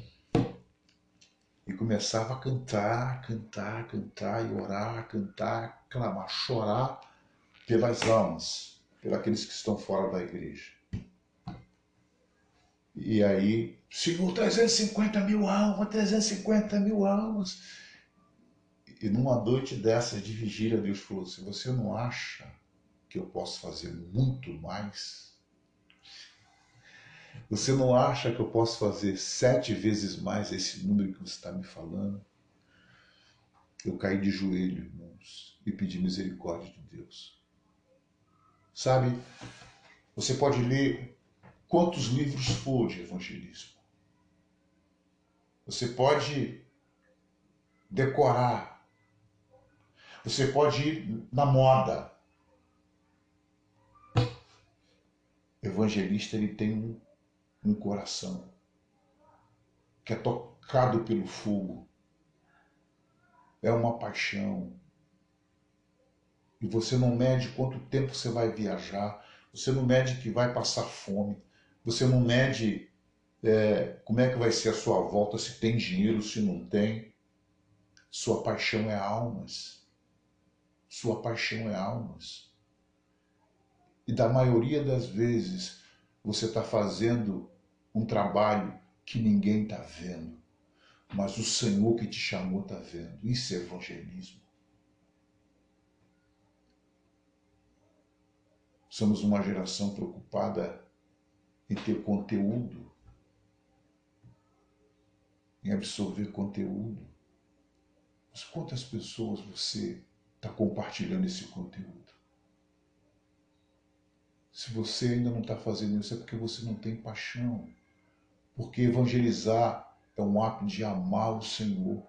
e começava a cantar, e orar, cantar, clamar, chorar pelas almas, pelos aqueles que estão fora da igreja. E aí, Senhor, 350 mil almas, 350 mil almas. E numa noite dessas de vigília, Deus falou: se você não acha que eu posso fazer muito mais, você não acha que eu posso fazer 7 vezes mais esse número que você está me falando? eu caí de joelho, irmãos, e pedi misericórdia de Deus. Sabe, você pode ler quantos livros for de evangelismo. Você pode decorar. Você pode ir na moda. O evangelista, ele tem um coração que é tocado pelo fogo. É uma paixão. E você não mede quanto tempo você vai viajar. Você não mede que vai passar fome. Você não mede como é que vai ser a sua volta, se tem dinheiro, se não tem. Sua paixão é almas. Sua paixão é almas. E da maioria das vezes, você está fazendo um trabalho que ninguém está vendo. Mas o Senhor que te chamou está vendo. Isso é evangelismo. Somos uma geração preocupada em ter conteúdo, em absorver conteúdo. Mas quantas pessoas você está compartilhando esse conteúdo? Se você ainda não está fazendo isso, é porque você não tem paixão. Porque evangelizar é um ato de amar o Senhor.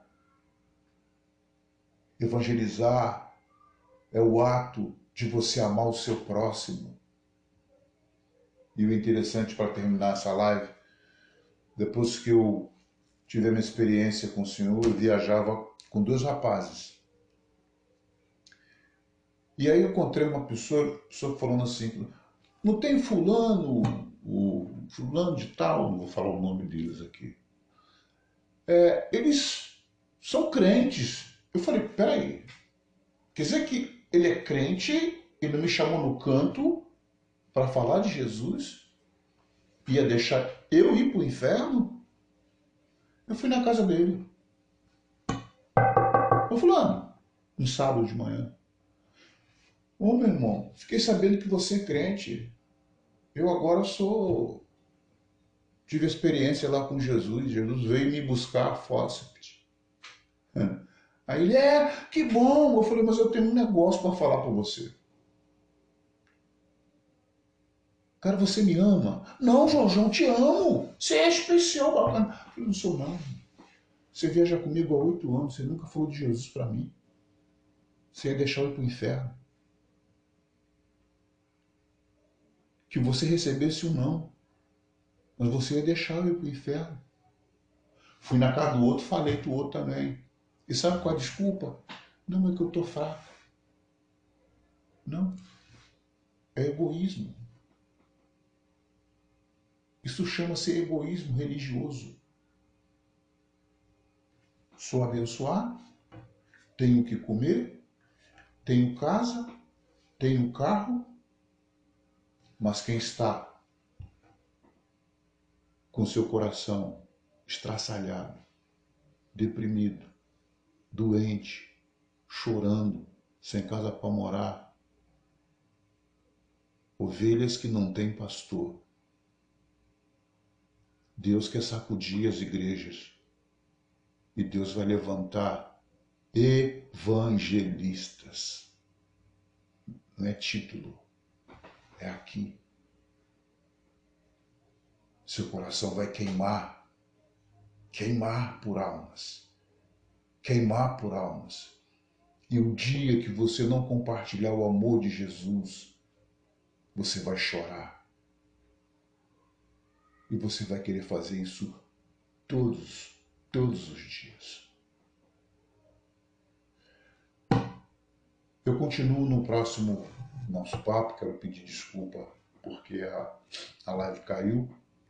Evangelizar é o ato de você amar o seu próximo. E o interessante, para terminar essa live, depois que eu tive a minha experiência com o Senhor, eu viajava com 2 rapazes. E aí eu encontrei uma pessoa falando assim, não tem fulano, o fulano de tal, não vou falar o nome deles aqui. Eles são crentes. Eu falei, peraí, quer dizer que ele é crente, ele me chamou no canto para falar de Jesus? Ia deixar eu ir para o inferno? Eu fui na casa dele. Eu fulano, um sábado de manhã. Ô meu irmão, fiquei sabendo que você é crente. Eu agora tive experiência lá com Jesus. Jesus veio me buscar a fósseis. Aí ele, que bom. Eu falei, mas eu tenho um negócio para falar para você. Cara, você me ama? Não, Jorjão, te amo. Você é especial, bacana. Eu falei, não sou não. Você viaja comigo há 8 anos, você nunca falou de Jesus para mim. Você ia deixar eu ir para o inferno. Que você recebesse um não. Mas você ia deixar eu ir para o inferno. Fui na casa do outro, falei pro outro também. E sabe qual é a desculpa? Não, é que eu estou fraco. Não. É egoísmo. Isso chama-se egoísmo religioso. Sou abençoado, tenho o que comer, tenho casa, tenho carro, mas quem está com seu coração estraçalhado, deprimido, doente, chorando, sem casa para morar, ovelhas que não têm pastor. Deus quer sacudir as igrejas e Deus vai levantar evangelistas. Não é título, é aqui. Seu coração vai queimar por almas, queimar por almas. E o dia que você não compartilhar o amor de Jesus, você vai chorar. E você vai querer fazer isso todos os dias. Eu continuo no próximo nosso papo, quero pedir desculpa porque a live caiu.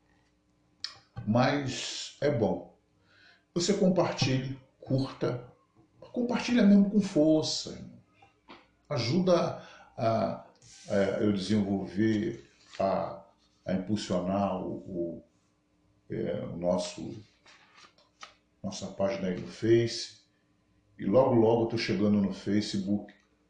Mas é bom. Você compartilhe, curta, compartilha mesmo com força. Ajuda a eu desenvolver, a impulsionar nossa página aí no Face. E logo eu estou chegando no Facebook.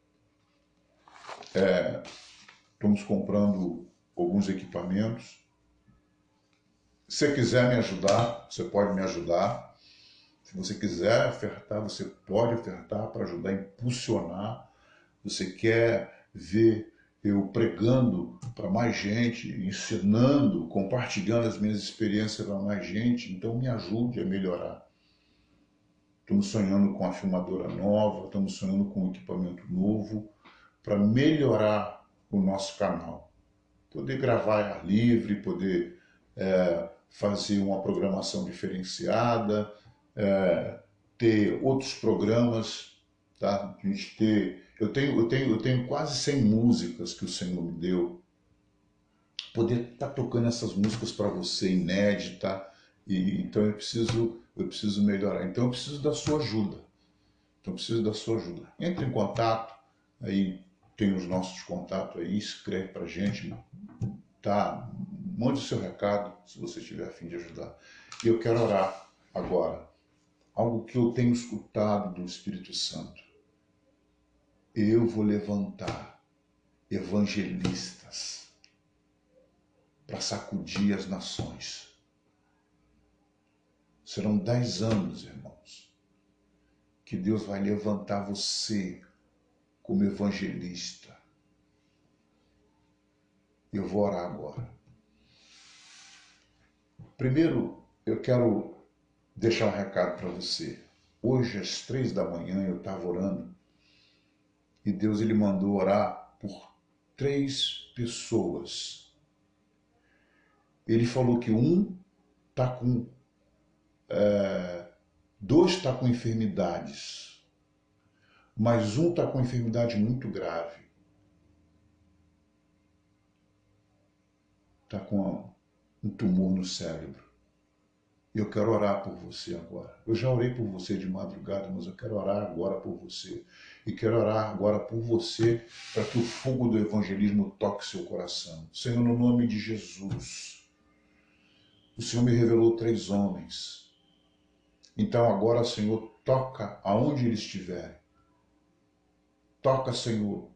Estamos comprando alguns equipamentos. Se você quiser me ajudar, você pode me ajudar. Se você quiser ofertar, você pode ofertar para ajudar a impulsionar. Você quer ver eu pregando para mais gente, ensinando, compartilhando as minhas experiências para mais gente, então me ajude a melhorar. Estamos sonhando com a filmadora nova, estamos sonhando com um equipamento novo para melhorar o nosso canal. Poder gravar ar livre, poder fazer uma programação diferenciada, ter outros programas, tá? A gente ter, eu tenho quase 100 músicas que o Senhor me deu. Poder estar tocando essas músicas para você inédita, e então eu preciso melhorar. Então eu preciso da sua ajuda. Entre em contato, aí tem os nossos contatos aí, escreve pra gente, tá? Mande o seu recado se você estiver a fim de ajudar. E eu quero orar agora. Algo que eu tenho escutado do Espírito Santo. Eu vou levantar evangelistas para sacudir as nações. Serão 10 anos, irmãos, que Deus vai levantar você como evangelista. Eu vou orar agora. Primeiro, eu quero deixar um recado para você. Hoje, às 3 da manhã, eu estava orando e Deus ele mandou orar por 3 pessoas. Ele falou que um está com... 2 está com enfermidades, mas um está com enfermidade muito grave. Está com um tumor no cérebro. Eu quero orar por você agora. Eu já orei por você de madrugada, mas eu quero orar agora por você. E quero orar agora por você para que o fogo do evangelismo toque seu coração. Senhor, no nome de Jesus, o Senhor me revelou 3 homens. Então agora, Senhor, toca aonde eles estiverem. Toca, Senhor,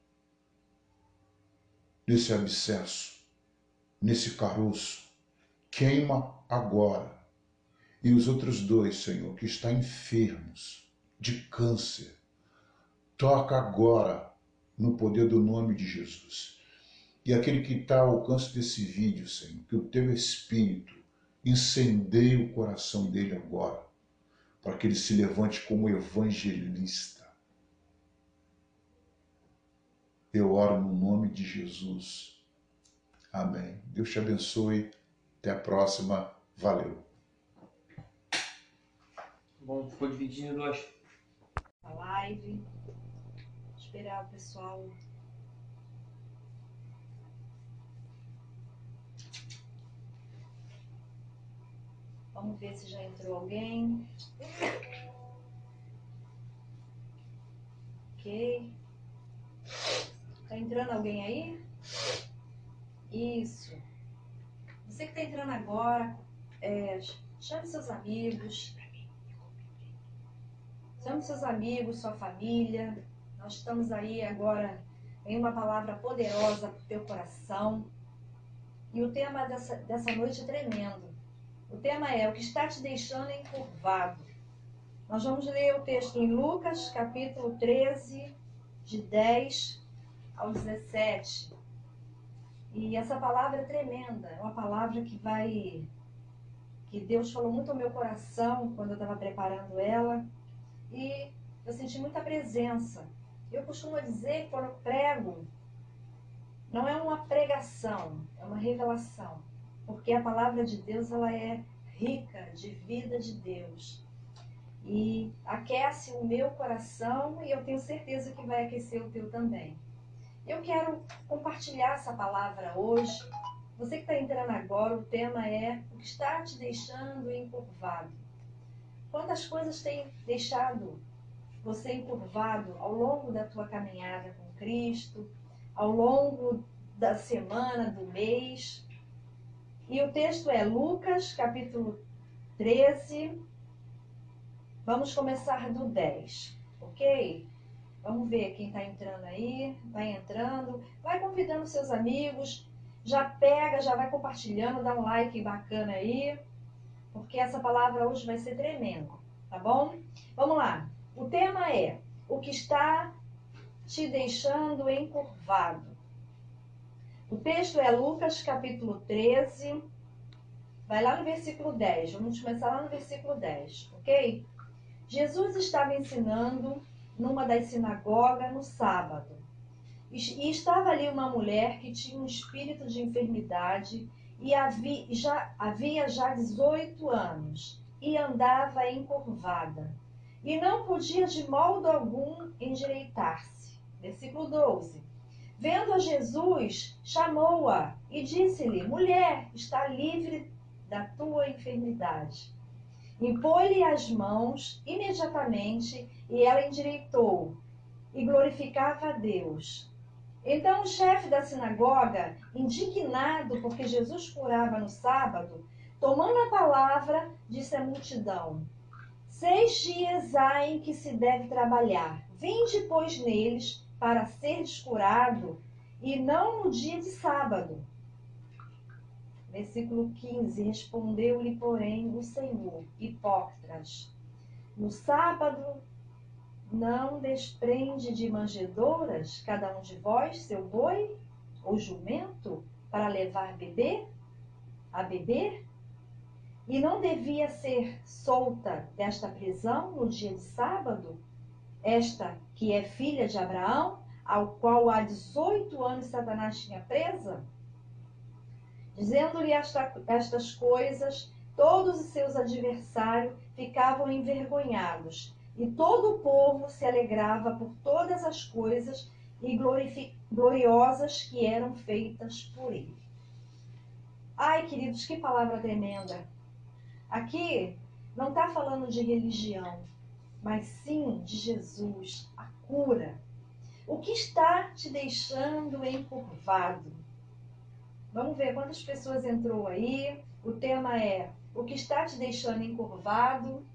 nesse abscesso, nesse caroço. Queima agora. E os outros 2, Senhor, que estão enfermos de câncer, toca agora no poder do nome de Jesus. E aquele que está ao alcance desse vídeo, Senhor, que o teu Espírito incendeie o coração dele agora, para que ele se levante como evangelista. Eu oro no nome de Jesus. Amém. Deus te abençoe. Até a próxima. Valeu. Bom, ficou dividido em 2. A live. Esperar o pessoal. Vamos ver se já entrou alguém. Ok. Tá entrando alguém aí? Isso. Você que tá entrando agora, chame seus amigos. Chame seus amigos, sua família. Nós estamos aí agora em uma palavra poderosa para o teu coração. E o tema dessa noite é tremendo. O tema é o que está te deixando encurvado. Nós vamos ler o texto em Lucas, capítulo 13, de 10 ao 17. E essa palavra é tremenda. É uma palavra que Deus falou muito ao meu coração quando eu estava preparando ela. E eu senti muita presença. Eu costumo dizer que quando eu prego, não é uma pregação, é uma revelação. Porque a palavra de Deus, ela é rica de vida de Deus. E aquece o meu coração e eu tenho certeza que vai aquecer o teu também. Eu quero compartilhar essa palavra hoje. Você que está entrando agora, o tema é o que está te deixando encurvado. Quantas coisas têm deixado você encurvado ao longo da tua caminhada com Cristo, ao longo da semana, do mês? E o texto é Lucas, capítulo 13. Vamos começar do 10, ok? Vamos ver quem está entrando aí. Vai entrando, vai convidando seus amigos. Já pega, já vai compartilhando, dá um like bacana aí. Porque essa palavra hoje vai ser tremenda. tá bom? Vamos lá. O tema é o que está te deixando encurvado. O texto é Lucas capítulo 13, vai lá no versículo 10. Vamos começar lá no versículo 10, ok? Jesus estava ensinando numa das sinagogas no sábado. E estava ali uma mulher que tinha um espírito de enfermidade e havia já 18 anos e andava encurvada. E não podia de modo algum endireitar-se. Versículo 12. Vendo a Jesus, chamou-a e disse-lhe: Mulher, está livre da tua enfermidade. Impôs-lhe as mãos imediatamente e ela endireitou e glorificava a Deus. Então o chefe da sinagoga, indignado porque Jesus curava no sábado, tomando a palavra, disse à multidão: 6 dias há em que se deve trabalhar. Vinde, pois, neles para seres curado, e não no dia de sábado. Versículo 15. Respondeu-lhe, porém, o Senhor: Hipócritas, no sábado não desprende de manjedouras cada um de vós seu boi ou jumento para levar a beber? E não devia ser solta desta prisão no dia de sábado, esta que é filha de Abraão, ao qual há 18 anos Satanás tinha presa? Dizendo-lhe estas coisas, todos os seus adversários ficavam envergonhados, e todo o povo se alegrava por todas as coisas e gloriosas que eram feitas por ele. Ai, queridos, que palavra tremenda! Aqui não está falando de religião, mas sim de Jesus, a cura. O que está te deixando encurvado? Vamos ver quantas pessoas entrou aí. O tema é o que está te deixando encurvado.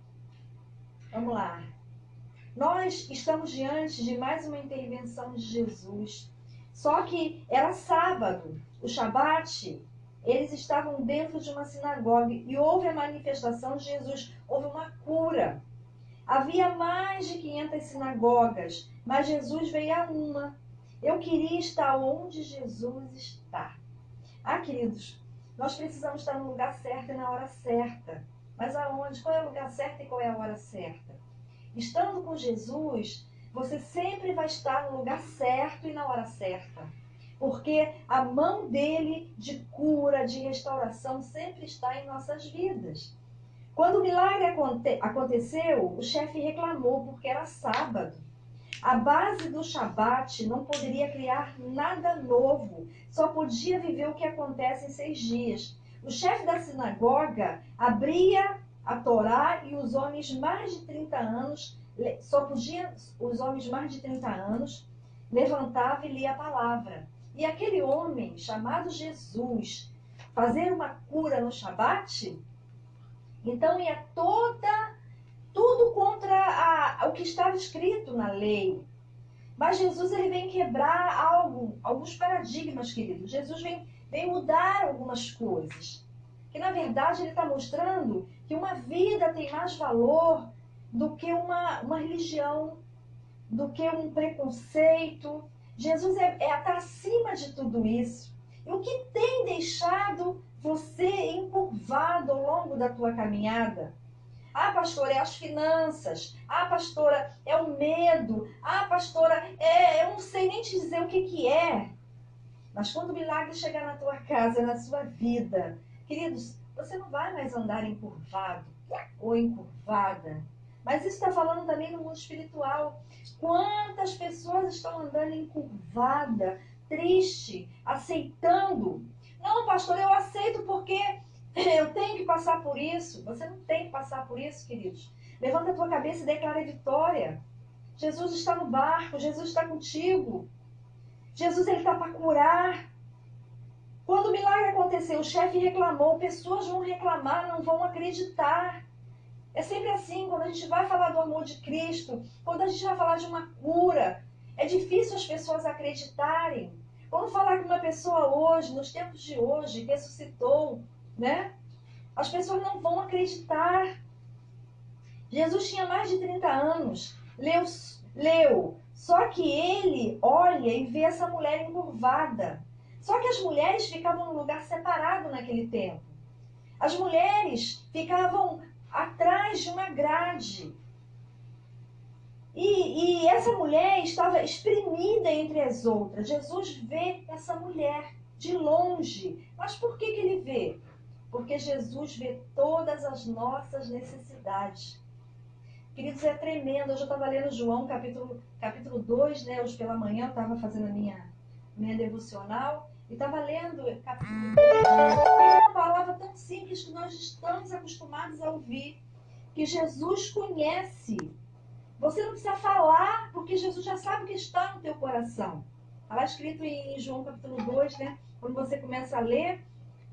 Vamos lá. Nós estamos diante de mais uma intervenção de Jesus. Só que era sábado, o Shabat. Eles estavam dentro de uma sinagoga e houve a manifestação de Jesus. Houve uma cura. Havia mais de 500 sinagogas, mas Jesus veio a uma. Eu queria estar onde Jesus está. Queridos, nós precisamos estar no lugar certo e na hora certa. Mas aonde? Qual é o lugar certo e qual é a hora certa? Estando com Jesus, você sempre vai estar no lugar certo e na hora certa. Porque a mão dele de cura, de restauração, sempre está em nossas vidas. Quando o milagre aconteceu, o chefe reclamou porque era sábado. A base do Shabat não poderia criar nada novo, só podia viver o que acontece em 6 dias. O chefe da sinagoga abria a Torá e os homens mais de 30 anos, levantavam e liam a palavra. E aquele homem, chamado Jesus, fazer uma cura no Shabat, então ia tudo contra o que estava escrito na lei. Mas Jesus ele vem quebrar alguns paradigmas, queridos. Jesus vem mudar algumas coisas. Que na verdade ele está mostrando que uma vida tem mais valor do que uma religião, do que um preconceito. Jesus está acima de tudo isso. E o que tem deixado você encurvado ao longo da tua caminhada? Pastora, é as finanças. Pastora, é o medo. Pastora, eu não sei nem te dizer o que é. Mas quando o milagre chegar na tua casa, na sua vida, queridos, você não vai mais andar encurvado ou encurvada. Mas isso está falando também no mundo espiritual. Quantas pessoas estão andando encurvada, triste, aceitando? Não, pastor, eu aceito porque eu tenho que passar por isso. Você não tem que passar por isso, queridos. Levanta a tua cabeça e declara a vitória. Jesus está no barco, Jesus está contigo. Jesus está para curar. Quando o milagre aconteceu, o chefe reclamou, pessoas vão reclamar, não vão acreditar. É sempre assim, quando a gente vai falar do amor de Cristo, quando a gente vai falar de uma cura, é difícil as pessoas acreditarem. Vamos falar que uma pessoa hoje, nos tempos de hoje, ressuscitou, né? As pessoas não vão acreditar. Jesus tinha mais de 30 anos. Leu. Só que ele olha e vê essa mulher encurvada. Só que as mulheres ficavam num lugar separado naquele tempo. As mulheres ficavam atrás de uma grade. E essa mulher estava espremida entre as outras. Jesus vê essa mulher de longe. Mas por que ele vê? Porque Jesus vê todas as nossas necessidades. Queridos, é tremendo. Hoje eu estava lendo João capítulo 2, né? Hoje pela manhã eu estava fazendo a minha devocional e estava lendo capítulo 2. É uma palavra tão simples que nós estamos acostumados a ouvir, que Jesus conhece. Você não precisa falar, porque Jesus já sabe o que está no teu coração. Está lá escrito em João capítulo 2, né? Quando você começa a ler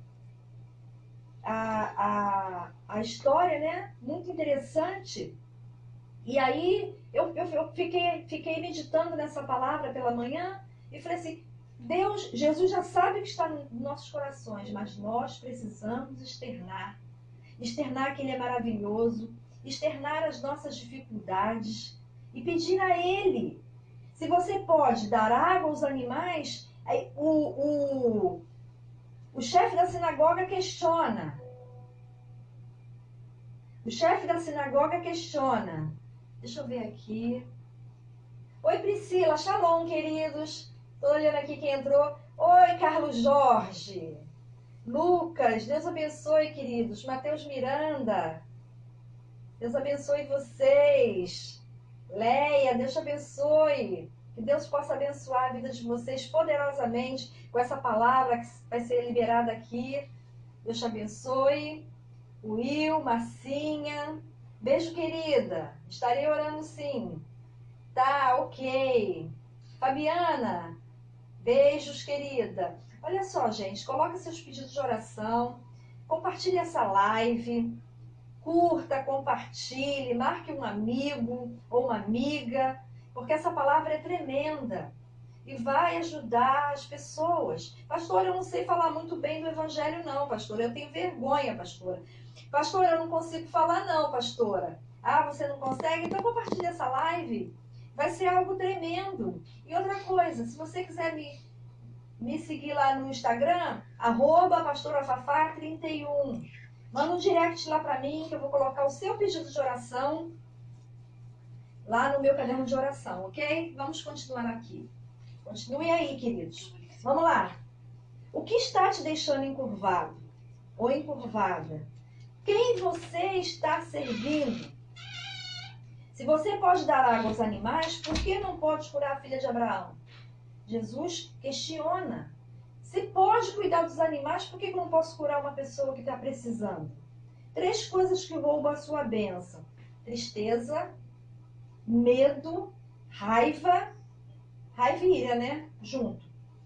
a história, né? Muito interessante. E aí eu fiquei meditando nessa palavra pela manhã e falei assim, Jesus já sabe o que está nos nossos corações, mas nós precisamos externar que Ele é maravilhoso, externar as nossas dificuldades e pedir a Ele. Se você pode dar água aos animais, o chefe da sinagoga questiona. O chefe da sinagoga questiona. Deixa eu ver aqui. Oi, Priscila. Shalom, queridos. Estou olhando aqui quem entrou. Oi, Carlos Jorge. Lucas, Deus abençoe, queridos. Mateus Miranda. Deus abençoe vocês. Leia, Deus te abençoe. Que Deus possa abençoar a vida de vocês poderosamente com essa palavra que vai ser liberada aqui. Deus te abençoe. Will, Marcinha. Beijo, querida. Estarei orando sim. Tá, ok. Fabiana. Beijos, querida. Olha só, gente. Coloca seus pedidos de oração. Compartilhe essa live. Curta, compartilhe. Marque um amigo ou uma amiga. Porque essa palavra é tremenda. E vai ajudar as pessoas. Pastora, eu não sei falar muito bem do evangelho não, pastora. Eu tenho vergonha, pastora. Pastora, eu não consigo falar não, pastora. Ah, você não consegue? Então compartilhe essa live. Vai ser algo tremendo. E outra coisa, se você quiser me seguir lá no Instagram, @pastorafafá31. Manda um direct lá pra mim, que eu vou colocar o seu pedido de oração lá no meu caderno de oração, ok? Vamos continuar aqui. Continue aí, queridos. Vamos lá. O que está te deixando encurvado ou encurvada? Quem você está servindo? Se você pode dar água aos animais, por que não pode curar a filha de Abraão? Jesus questiona. Se pode cuidar dos animais, por que eu não posso curar uma pessoa que está precisando? 3 coisas que roubam a sua bênção: tristeza, medo, raiva e ira, né? Junto.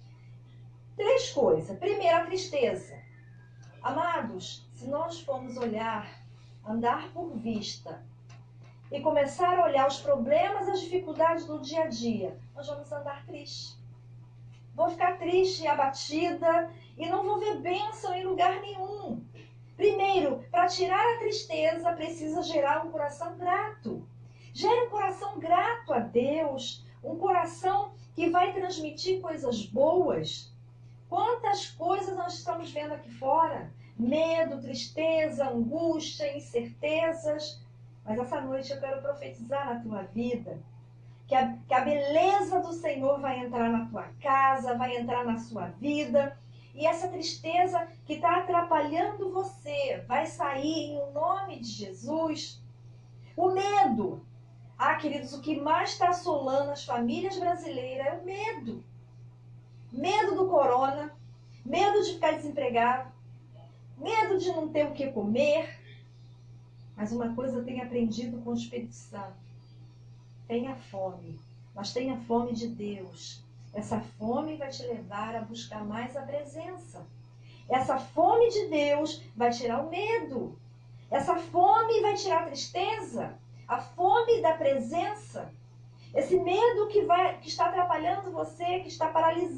3 coisas. Primeiro, a tristeza. Amados, se nós formos andar por vista e começar a olhar os problemas, as dificuldades do dia a dia, nós vamos andar triste. Vou ficar triste e abatida e não vou ver bênção em lugar nenhum. Primeiro, para tirar a tristeza, precisa gerar um coração grato. Gere um coração grato a Deus, um coração que vai transmitir coisas boas. Quantas coisas nós estamos vendo aqui fora? Medo, tristeza, angústia, incertezas. Mas essa noite eu quero profetizar na tua vida que a beleza do Senhor vai entrar na tua casa, vai entrar na sua vida. E essa tristeza que está atrapalhando você vai sair em nome de Jesus. O medo. Ah, queridos, o que mais está assolando as famílias brasileiras é o medo. Medo do corona, medo de ficar desempregado, medo de não ter o que comer. Mas uma coisa eu tenho aprendido com o Espírito Santo. Tenha fome, mas tenha fome de Deus. Essa fome vai te levar a buscar mais a presença. Essa fome de Deus vai tirar o medo. Essa fome vai tirar a tristeza. A fome da presença. Esse medo que está atrapalhando você, que está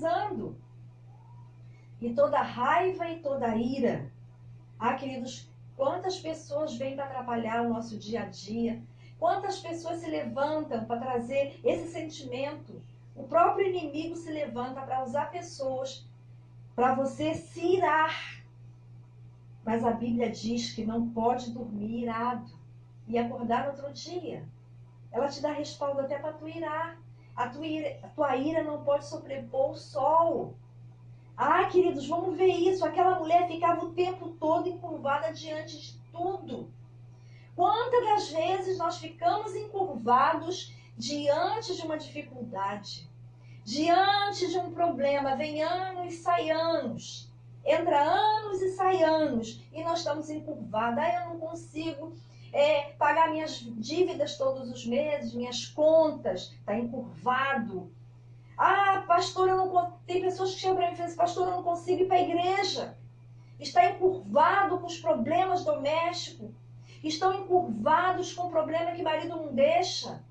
paralisando. E toda raiva e toda ira. Ah, queridos, Quantas pessoas vêm para atrapalhar o nosso dia a dia? Quantas pessoas se levantam para trazer esse sentimento? O próprio inimigo se levanta para usar pessoas para você se irar. Mas a Bíblia diz que não pode dormir irado e acordar no outro dia. Ela te dá respaldo até para tu irar. A tua ira não pode sobrepor o sol. Ah, queridos, vamos ver isso. Aquela mulher ficava o tempo todo encurvada diante de tudo. Quantas das vezes nós ficamos encurvados diante de uma dificuldade, diante de um problema? Vem anos, sai anos, entra anos e sai anos, e nós estamos encurvados. Ah, eu não consigo pagar minhas dívidas todos os meses, minhas contas, está encurvado. Ah, pastor, eu não... Tem pessoas que chegam para mim e falam assim, pastor, eu não consigo ir para a igreja. Está encurvado com os problemas domésticos. Estão encurvados com o problema que o marido não deixa.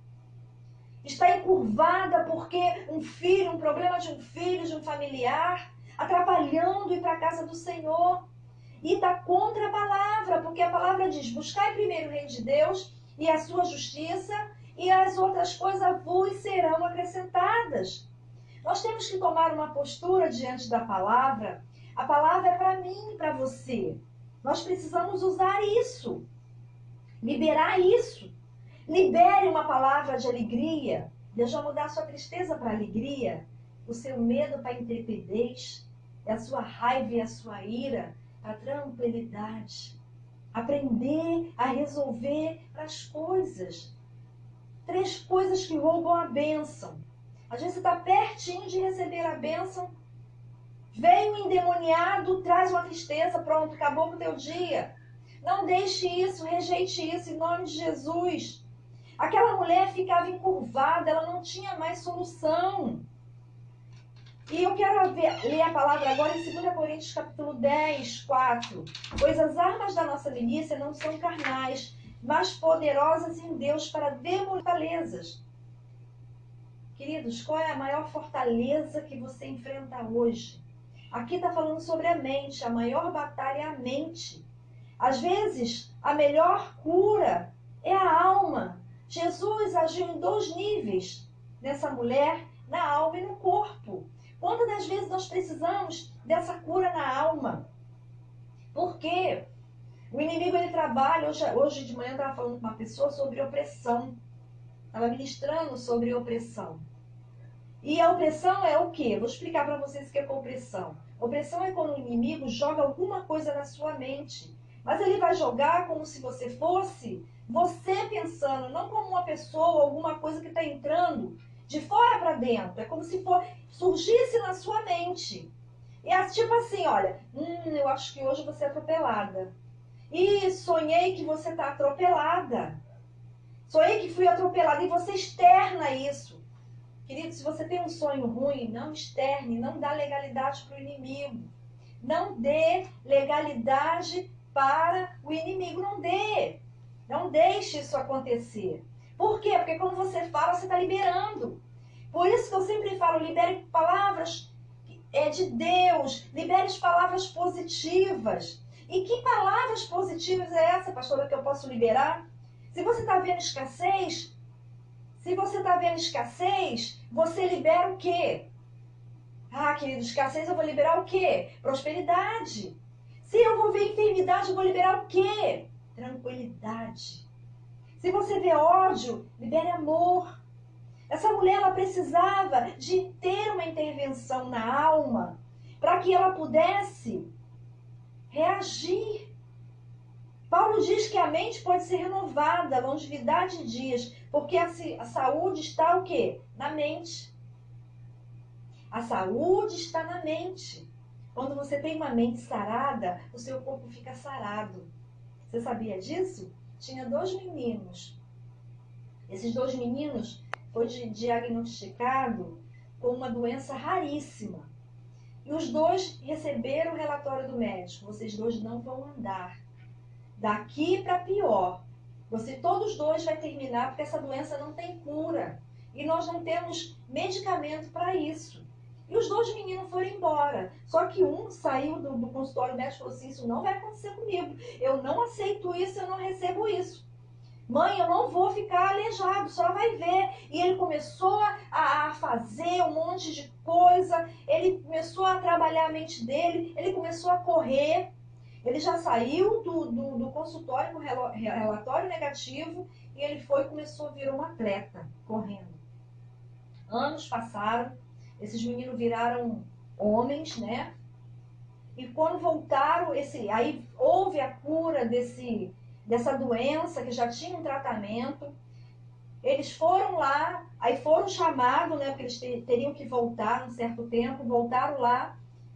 Está encurvada porque um problema de um familiar, atrapalhando ir para a casa do Senhor. E está contra a palavra, porque a palavra diz, buscai primeiro o reino de Deus e a sua justiça, e as outras coisas vos serão acrescentadas. Nós temos que tomar uma postura diante da palavra. A palavra é para mim e para você. Nós precisamos usar isso. Liberar isso. Libere uma palavra de alegria. Deus vai mudar a sua tristeza para alegria, o seu medo para intrepidez, a sua raiva e a sua ira para tranquilidade. Aprender a resolver as coisas. 3 coisas que roubam a bênção. Às vezes você está pertinho de receber a bênção. Veio um endemoniado, traz uma tristeza, pronto, acabou com o teu dia. Não deixe isso, rejeite isso em nome de Jesus. Aquela mulher ficava encurvada, ela não tinha mais solução. E eu quero ler a palavra agora em 2 Coríntios capítulo 10, 4. Pois as armas da nossa milícia não são carnais, mas poderosas em Deus para demolir fortalezas. Queridos, qual é a maior fortaleza que você enfrenta hoje? Aqui está falando sobre a mente, a maior batalha é a mente. Às vezes, a melhor cura é a alma. Jesus agiu em 2 níveis nessa mulher, na alma e no corpo. Quantas das vezes nós precisamos dessa cura na alma? Por quê? O inimigo ele trabalha, hoje de manhã eu estava falando com uma pessoa sobre opressão. Estava ministrando sobre opressão. E a opressão é o quê? Vou explicar para vocês o que é opressão. Opressão é quando o inimigo joga alguma coisa na sua mente. Mas ele vai jogar como se você fosse você pensando, não como uma pessoa, alguma coisa que está entrando de fora para dentro. É como se surgisse na sua mente. E é tipo assim, olha, eu acho que hoje você é atropelada. E sonhei que você está atropelada. Sonhei que fui atropelada. E você externa isso. Querido, se você tem um sonho ruim, não externe, não dá legalidade para o inimigo. Não dê legalidade para o inimigo. Não dê. Não deixe isso acontecer. Por quê? Porque quando você fala, você está liberando. Por isso que eu sempre falo, libere palavras de Deus. Libere as palavras positivas. E que palavras positivas é essa, pastora, que eu posso liberar? Se você está vendo escassez, você libera o quê? Ah, querido, escassez eu vou liberar o quê? Prosperidade. Se eu vou ver enfermidade, eu vou liberar o quê? Tranquilidade. Se você vê ódio, libere amor. Essa mulher, ela precisava de ter uma intervenção na alma para que ela pudesse reagir. Paulo diz que a mente pode ser renovada, longevidade de dias, porque a saúde está o quê? Na mente. A saúde está na mente. Quando você tem uma mente sarada, o seu corpo fica sarado. Você sabia disso? Tinha 2 meninos. Esses 2 meninos foram diagnosticados com uma doença raríssima. E os 2 receberam o relatório do médico. Vocês 2 não vão andar. Daqui para pior. Todos 2 vai terminar porque essa doença não tem cura. E nós não temos medicamento para isso. E os 2 meninos foram embora. Só que um saiu do consultório médico e falou assim, isso não vai acontecer comigo. Eu não aceito isso, eu não recebo isso. Mãe, eu não vou ficar aleijado, só vai ver. E ele começou a fazer um monte de coisa, ele começou a trabalhar a mente dele, ele começou a correr. Ele já saiu do consultório com relatório negativo e ele foi e começou a virar um atleta, correndo. Anos passaram, esses meninos viraram homens, né? E quando voltaram, aí houve a cura dessa doença, que já tinha um tratamento. Eles foram lá, aí foram chamados, né? Porque eles teriam que voltar um certo tempo, voltaram lá.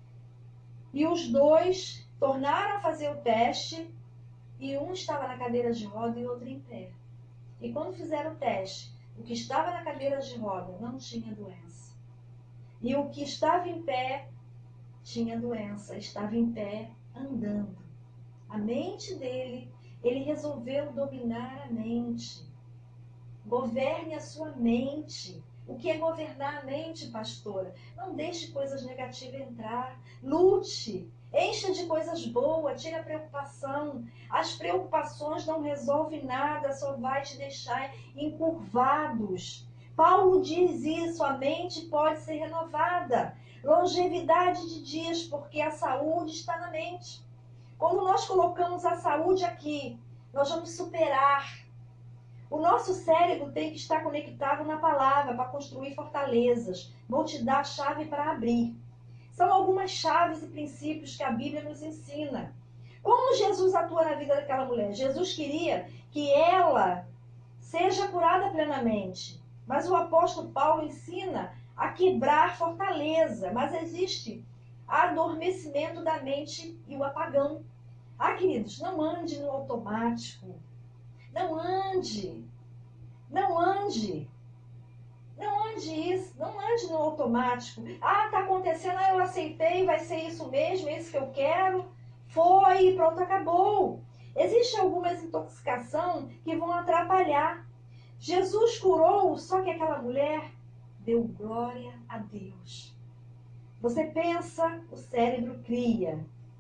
E os 2 tornaram a fazer o teste, e um estava na cadeira de roda e outro em pé. E quando fizeram o teste, o que estava na cadeira de roda não tinha doença. E o que estava em pé tinha doença, estava em pé andando. A mente dele, ele resolveu dominar a mente. Governe a sua mente. O que é governar a mente, pastora? Não deixe coisas negativas entrar. Lute. Encha de coisas boas. Tire a preocupação. As preocupações não resolvem nada, só vai te deixar encurvados. Paulo diz isso, a mente pode ser renovada. Longevidade de dias, porque a saúde está na mente. Quando nós colocamos a saúde aqui, nós vamos superar. O nosso cérebro tem que estar conectado na palavra para construir fortalezas. Vou te dar a chave para abrir. São algumas chaves e princípios que a Bíblia nos ensina. Como Jesus atua na vida daquela mulher? Jesus queria que ela seja curada plenamente. Mas o apóstolo Paulo ensina a quebrar fortaleza. Mas existe adormecimento da mente e o apagão. Queridos, não ande no automático. Não ande. Não ande. Não ande isso. Não ande no automático. Tá acontecendo, eu aceitei, vai ser isso mesmo, é isso que eu quero. Foi, pronto, acabou. Existe algumas intoxicações que vão atrapalhar. Jesus curou, só que aquela mulher deu glória a Deus. Você pensa, o cérebro cria.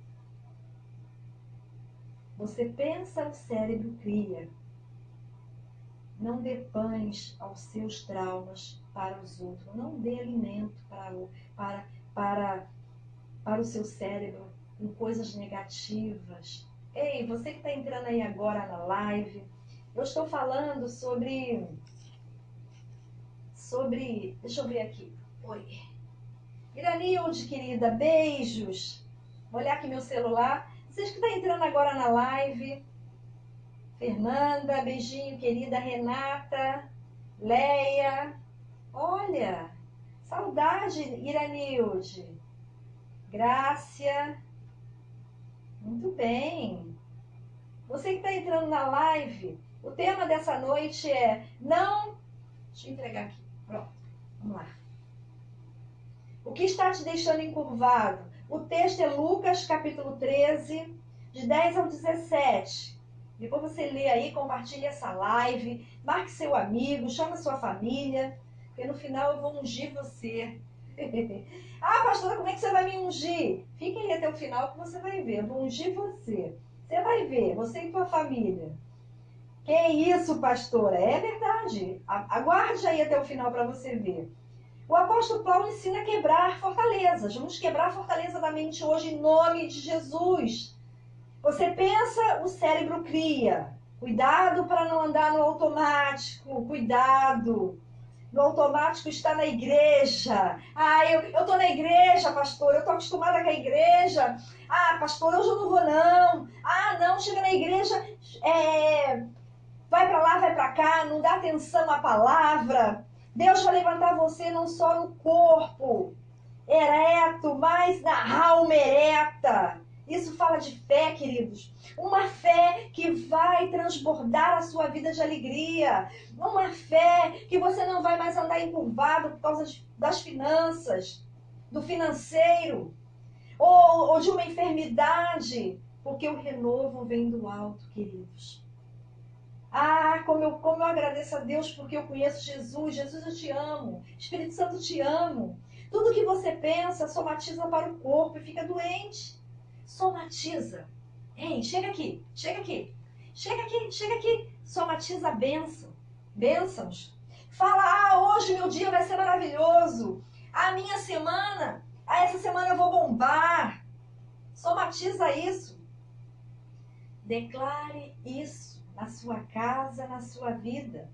Você pensa, o cérebro cria. Não dê pães aos seus traumas para os outros. Não dê alimento para o seu cérebro com coisas negativas. Ei, você que está entrando aí agora na live, eu estou falando sobre... Deixa eu ver aqui. Oi. Iranilde, querida, beijos. Vou olhar aqui meu celular. Vocês que estão entrando agora na live... Fernanda, beijinho, querida. Renata, Leia. Olha, saudade, Iranilde. Grácia. Muito bem. Você que está entrando na live, o tema dessa noite é não... Deixa eu entregar aqui. Pronto, vamos lá. O que está te deixando encurvado? O texto é Lucas, capítulo 13, de 10 ao 17. Depois você lê aí, compartilha essa live, marque seu amigo, chama sua família, porque no final eu vou ungir você. Pastora, como é que você vai me ungir? Fique aí até o final que você vai ver, eu vou ungir você. Você vai ver, você e tua família. Que isso, pastora? É verdade. Aguarde aí até o final para você ver. O apóstolo Paulo ensina a quebrar fortalezas. Vamos quebrar a fortaleza da mente hoje em nome de Jesus. Você pensa, o cérebro cria. Cuidado para não andar no automático. Cuidado. No automático está na igreja. Eu estou na igreja, pastor. Eu estou acostumada com a igreja. Pastor, hoje eu não vou não. Não, chega na igreja, vai para lá, vai para cá, não dá atenção à palavra. Deus vai levantar você não só no corpo ereto, mas na alma ereta. Isso fala de fé, queridos. Uma fé que vai transbordar a sua vida de alegria. Uma fé que você não vai mais andar encurvado por causa das finanças, do financeiro, ou de uma enfermidade, porque o renovo vem do alto, queridos. Como eu agradeço a Deus porque eu conheço Jesus. Jesus, eu te amo. Espírito Santo, te amo. Tudo que você pensa somatiza para o corpo e fica doente. Somatiza. Ei, chega aqui, chega aqui. Chega aqui, chega aqui. Somatiza a bênção. Bênçãos. Fala, hoje meu dia vai ser maravilhoso. A minha semana, essa semana eu vou bombar. Somatiza isso. Declare isso na sua casa, na sua vida.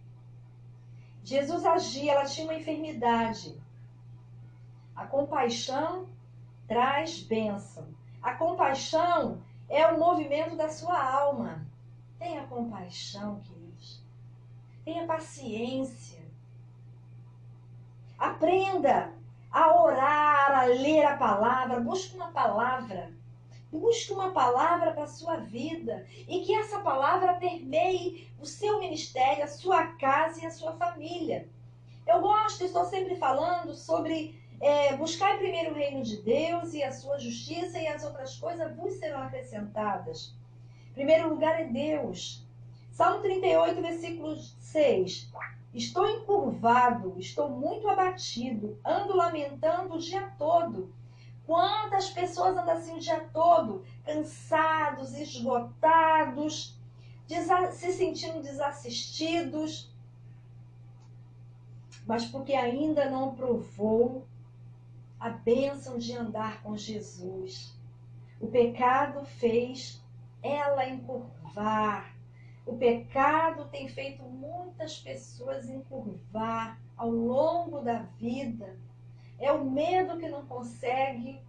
Jesus agia, ela tinha uma enfermidade. A compaixão traz bênção. A compaixão é o movimento da sua alma. Tenha compaixão, queridos. Tenha paciência. Aprenda a orar, a ler a palavra. Busque uma palavra. Busque uma palavra para a sua vida. E que essa palavra permeie o seu ministério, a sua casa e a sua família. Eu gosto, estou sempre falando sobre buscar primeiro o reino de Deus e a sua justiça, e as outras coisas vos serão acrescentadas. Primeiro lugar é Deus. Salmo 38, versículo 6. Estou encurvado, estou muito abatido, ando lamentando o dia todo. Quantas pessoas andam assim o dia todo, cansados, esgotados, se sentindo desassistidos, mas porque ainda não provou a bênção de andar com Jesus. O pecado fez ela encurvar. O pecado tem feito muitas pessoas encurvar ao longo da vida. É o medo que não consegue,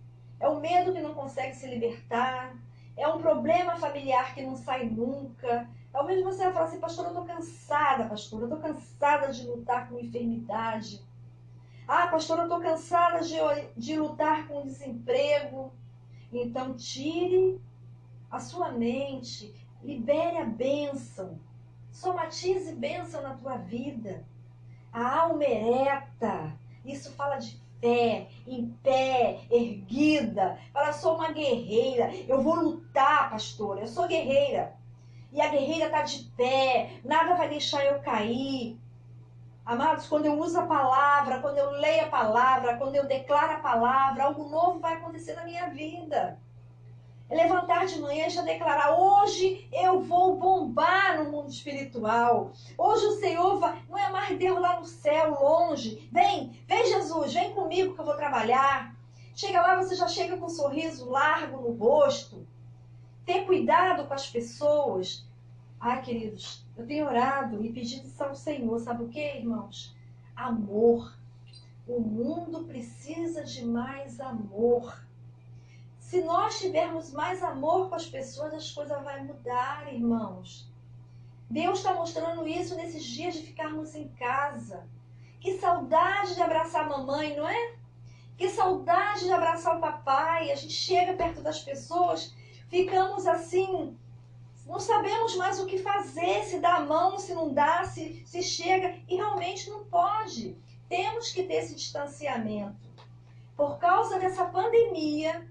se libertar. É um problema familiar que não sai nunca. Talvez você vai falar assim, pastor, eu estou cansada, pastor, eu estou cansada de lutar com enfermidade. Ah, pastor, eu estou cansada de lutar com desemprego. Então, tire a sua mente, libere a bênção, somatize bênção na tua vida. A alma ereta, isso fala de fé, em pé, erguida. Fala, eu sou uma guerreira, eu vou lutar, pastora, eu sou guerreira. E a guerreira está de pé, nada vai deixar eu cair. Amados, quando eu uso a palavra, quando eu leio a palavra, quando eu declaro a palavra, algo novo vai acontecer na minha vida. É levantar de manhã e já declarar, hoje eu vou bombar no mundo espiritual. Hoje o Senhor vai, não é mais Deus lá no céu, longe. Vem Jesus, vem comigo que eu vou trabalhar. Chega lá, você já chega com um sorriso largo no rosto. Ter cuidado com as pessoas. Ai, queridos, eu tenho orado e pedido isso ao Senhor. Sabe o que, irmãos? Amor. O mundo precisa de mais amor. Se nós tivermos mais amor com as pessoas, as coisas vão mudar, irmãos. Deus está mostrando isso nesses dias de ficarmos em casa. Que saudade de abraçar a mamãe, não é? Que saudade de abraçar o papai. A gente chega perto das pessoas, ficamos assim, não sabemos mais o que fazer, se dá a mão, se não dá, se chega. E realmente não pode. Temos que ter esse distanciamento. Por causa dessa pandemia,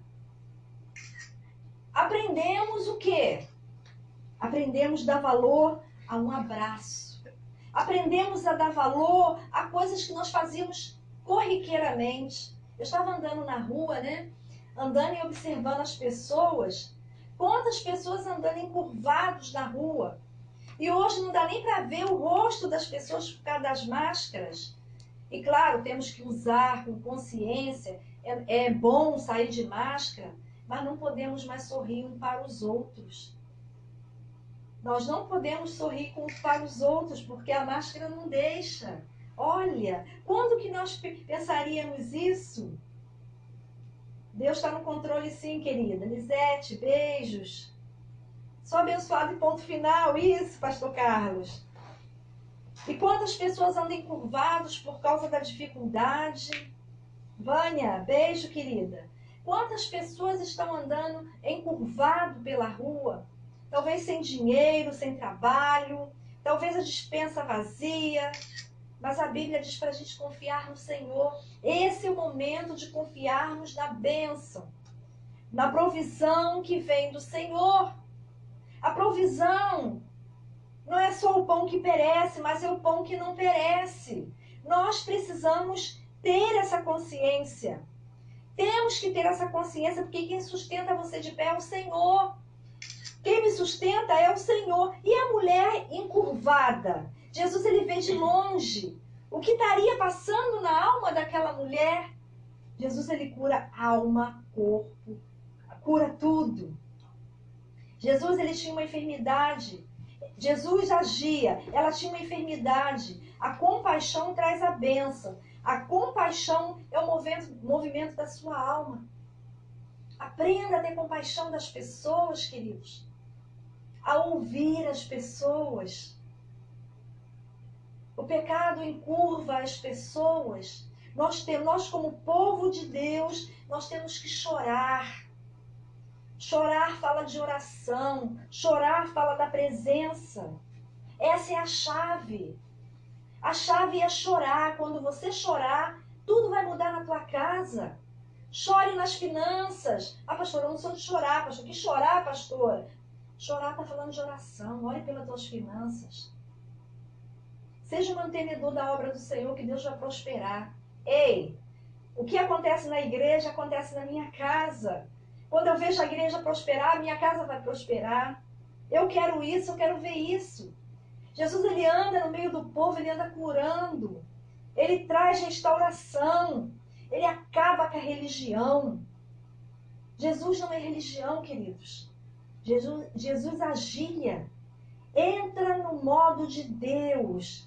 aprendemos o quê? Aprendemos a dar valor a um abraço. Aprendemos a dar valor a coisas que nós fazíamos corriqueiramente. Eu estava andando na rua, né? Andando e observando as pessoas. Quantas pessoas andando encurvados na rua. E hoje não dá nem para ver o rosto das pessoas por causa das máscaras. E claro, temos que usar com consciência. É bom sair de máscara. Mas não podemos mais sorrir um para os outros. Nós não podemos sorrir para os outros, porque a máscara não deixa. Olha, quando que nós pensaríamos isso? Deus está no controle sim, querida. Lisete, beijos. Sou abençoado e ponto final. Isso, pastor Carlos. E quantas pessoas andam encurvadas por causa da dificuldade? Vânia, beijo, querida. Quantas pessoas estão andando encurvado pela rua? Talvez sem dinheiro, sem trabalho, talvez a despensa vazia. Mas a Bíblia diz para a gente confiar no Senhor. Esse é o momento de confiarmos na bênção, na provisão que vem do Senhor. A provisão não é só o pão que perece, mas é o pão que não perece. Nós precisamos ter essa consciência. Temos que ter essa consciência, porque quem sustenta você de pé é o Senhor. Quem me sustenta é o Senhor. E a mulher encurvada? Jesus, ele vê de longe o que estaria passando na alma daquela mulher. Jesus, ele cura alma, corpo, cura tudo. Jesus, ele tinha uma enfermidade. Jesus agia, ela tinha uma enfermidade. A compaixão traz a bênção. A compaixão é o movimento da sua alma. Aprenda a ter compaixão das pessoas, queridos. A ouvir as pessoas. O pecado encurva as pessoas. Nós como povo de Deus, nós temos que chorar. Chorar fala de oração. Chorar fala da presença. Essa é a chave. A chave é chorar. Quando você chorar, tudo vai mudar na tua casa. Chore nas finanças. Ah, pastora, eu não sou de chorar, pastor. Que chorar, pastora? Chorar está falando de oração. Ore pelas tuas finanças. Seja o mantenedor da obra do Senhor, que Deus vai prosperar. Ei, o que acontece na igreja, acontece na minha casa. Quando eu vejo a igreja prosperar, a minha casa vai prosperar. Eu quero isso, eu quero ver isso. Jesus, ele anda no meio do povo, ele anda curando. Ele traz restauração. Ele acaba com a religião. Jesus não é religião, queridos. Jesus agia. Entra no modo de Deus.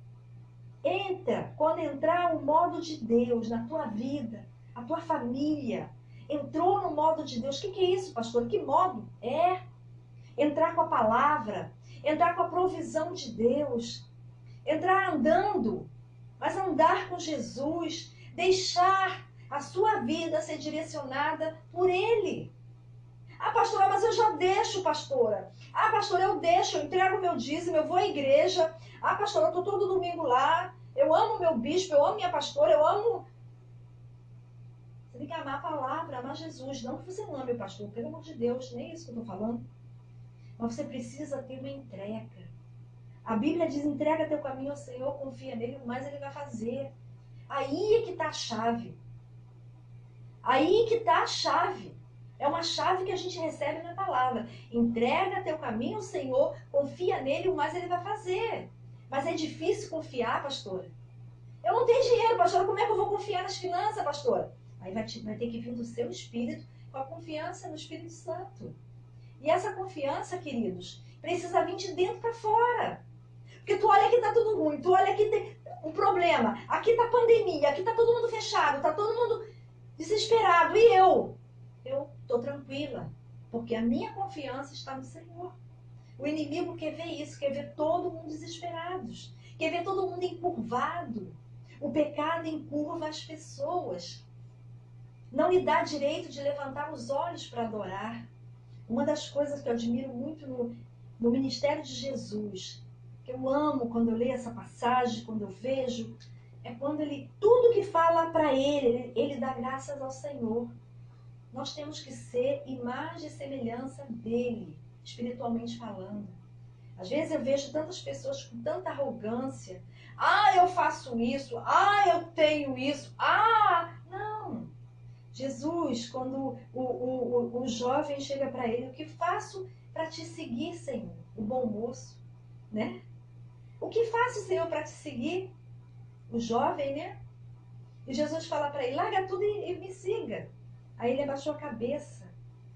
Entra. Quando entrar o modo de Deus na tua vida, a tua família, entrou no modo de Deus. O que é isso, pastor? Que modo? É entrar com a palavra, entrar com a provisão de Deus, entrar andando, mas andar com Jesus, deixar a sua vida ser direcionada por Ele. Ah, pastora, mas eu já deixo, pastora. Ah, pastora, eu deixo, eu entrego o meu dízimo, eu vou à igreja. Ah, pastora, eu estou todo domingo lá. Eu amo meu bispo, eu amo minha pastora, eu amo... Você tem que amar a palavra, amar Jesus. Não que você não ame o pastor, pelo amor de Deus, nem isso que eu estou falando. Mas você precisa ter uma entrega. A Bíblia diz, entrega teu caminho ao Senhor, confia nele, o mais ele vai fazer. Aí é que está a chave. Aí que está a chave. É uma chave que a gente recebe na palavra. Entrega teu caminho ao Senhor, confia nele, o mais ele vai fazer. Mas é difícil confiar, pastora. Eu não tenho dinheiro, pastora, como é que eu vou confiar nas finanças, pastora? Aí vai ter que vir do seu espírito com a confiança no Espírito Santo. E essa confiança, queridos, precisa vir de dentro para fora. Porque tu olha aqui, tá tudo ruim, tu olha aqui, tem um problema, aqui tá pandemia, aqui tá todo mundo fechado, tá todo mundo desesperado. E eu tô tranquila, porque a minha confiança está no Senhor. O inimigo quer ver isso, quer ver todo mundo desesperados, quer ver todo mundo encurvado. O pecado encurva as pessoas. Não lhe dá direito de levantar os olhos para adorar. Uma das coisas que eu admiro muito no ministério de Jesus, que eu amo quando eu leio essa passagem, quando eu vejo, é quando ele, tudo que fala para ele dá graças ao Senhor. Nós temos que ser imagem e semelhança dele, espiritualmente falando. Às vezes eu vejo tantas pessoas com tanta arrogância. Ah, eu faço isso. Ah, eu tenho isso. Ah, não. Jesus, quando o jovem chega para ele, o que faço para te seguir, Senhor? O bom moço, né? O que faço, Senhor, para te seguir? O jovem, né? E Jesus fala para ele, larga tudo e me siga. Aí ele abaixou a cabeça.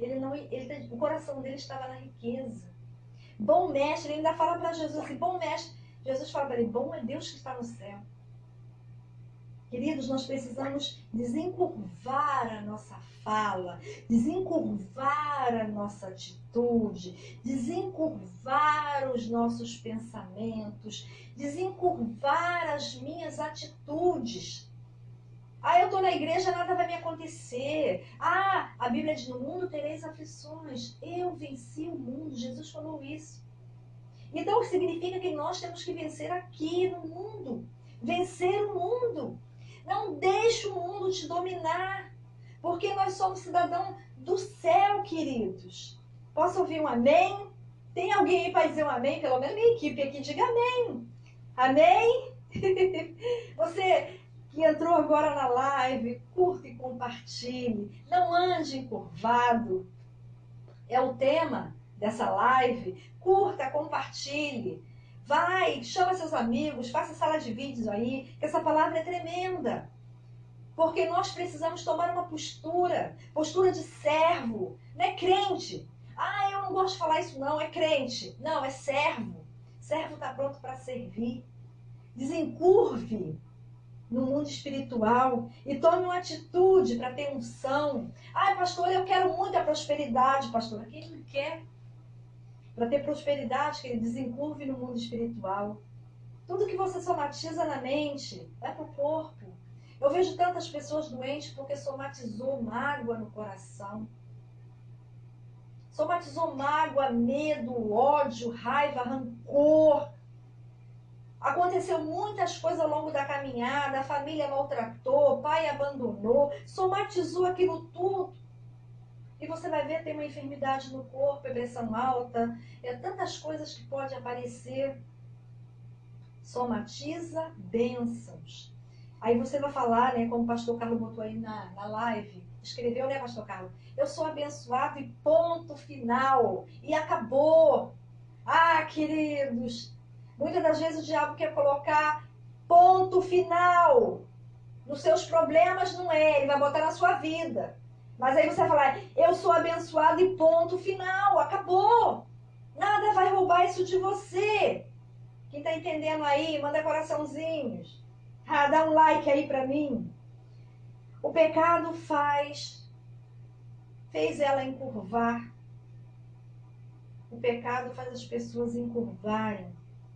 O coração dele estava na riqueza. Bom mestre, ele ainda fala para Jesus assim, bom mestre. Jesus fala para ele, bom é Deus que está no céu. Queridos, nós precisamos desencurvar a nossa fala, desencurvar a nossa atitude, desencurvar os nossos pensamentos, desencurvar as minhas atitudes. Ah, eu estou na igreja, nada vai me acontecer. Ah, a Bíblia diz, no mundo tereis aflições. Eu venci o mundo, Jesus falou isso. Então, significa que nós temos que vencer aqui no mundo. Vencer o mundo. Não deixe o mundo te dominar. Porque nós somos cidadãos do céu, queridos. Posso ouvir um amém? Tem alguém aí para dizer um amém? Pelo menos minha equipe aqui diga amém. Amém? Você que entrou agora na live, curta e compartilhe. Não ande encurvado. É o tema dessa live. Curta, compartilhe. Vai, chama seus amigos, faça sala de vídeos aí, que essa palavra é tremenda. Porque nós precisamos tomar uma postura de servo, não é crente. Ah, eu não gosto de falar isso não, é crente. Não, é servo. Servo está pronto para servir. Desencurve no mundo espiritual e tome uma atitude para ter unção. Ah, pastor, eu quero muita prosperidade, pastor. Quem não quer? Para ter prosperidade, que ele desencurve no mundo espiritual. Tudo que você somatiza na mente vai para o corpo. Eu vejo tantas pessoas doentes porque somatizou mágoa no coração. Somatizou mágoa, medo, ódio, raiva, rancor. Aconteceu muitas coisas ao longo da caminhada, a família maltratou, o pai abandonou, somatizou aquilo tudo. E você vai ver, tem uma enfermidade no corpo, é pressão alta, é tantas coisas que podem aparecer. Somatiza bênçãos. Aí você vai falar, né, como o pastor Carlos botou aí na live, escreveu, né, pastor Carlos? Eu sou abençoado e ponto final. E acabou. Ah, queridos, muitas das vezes o diabo quer colocar ponto final nos seus problemas, não é? Ele vai botar na sua vida. Mas aí você vai falar, eu sou abençoado e ponto final. Acabou. Nada vai roubar isso de você. Quem está entendendo aí, manda coraçãozinhos. Ah, dá um like aí para mim. O pecado fez ela encurvar. O pecado faz as pessoas encurvarem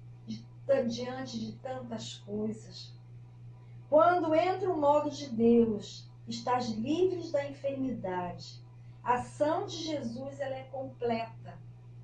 diante de tantas coisas. Quando entra o modo de Deus, estás livres da enfermidade. A ação de Jesus, ela é completa.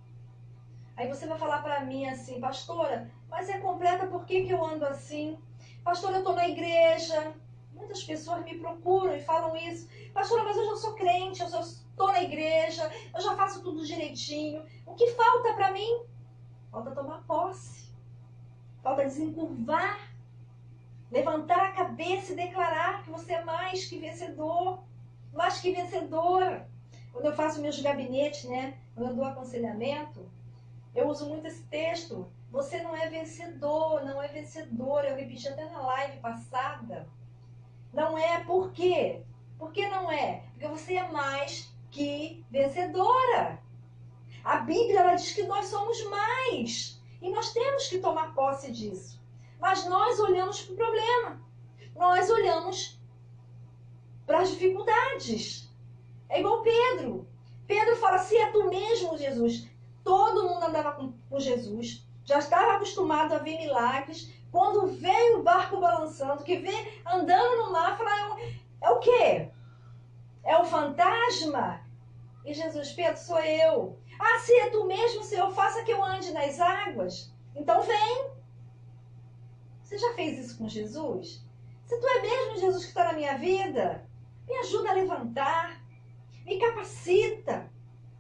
Aí você vai falar para mim assim, pastora, mas é completa, por que eu ando assim? Pastora, eu estou na igreja. Muitas pessoas me procuram e falam isso. Pastora, mas eu já sou crente, eu já estou na igreja, eu já faço tudo direitinho. O que falta para mim? Falta tomar posse. Falta desencurvar. Levantar a cabeça e declarar que você é mais que vencedor. Mais que vencedora. Quando eu faço meus gabinetes, né? Quando eu dou aconselhamento, eu uso muito esse texto. Você não é vencedor, não é vencedora. Eu repeti até na live passada. Não é por quê? Por que não é? Porque você é mais que vencedora. A Bíblia ela diz que nós somos mais. E nós temos que tomar posse disso. Mas nós olhamos para o problema. Nós olhamos para as dificuldades. É igual Pedro. Pedro fala, se é tu mesmo, Jesus. Todo mundo andava com Jesus. Já estava acostumado a ver milagres. Quando veio o barco balançando, que vê andando no mar, fala, é o quê? É o fantasma? E Jesus, Pedro, sou eu. Ah, se é tu mesmo, Senhor, faça que eu ande nas águas. Então vem. Você já fez isso com Jesus? Se tu é mesmo Jesus que está na minha vida, me ajuda a levantar, me capacita.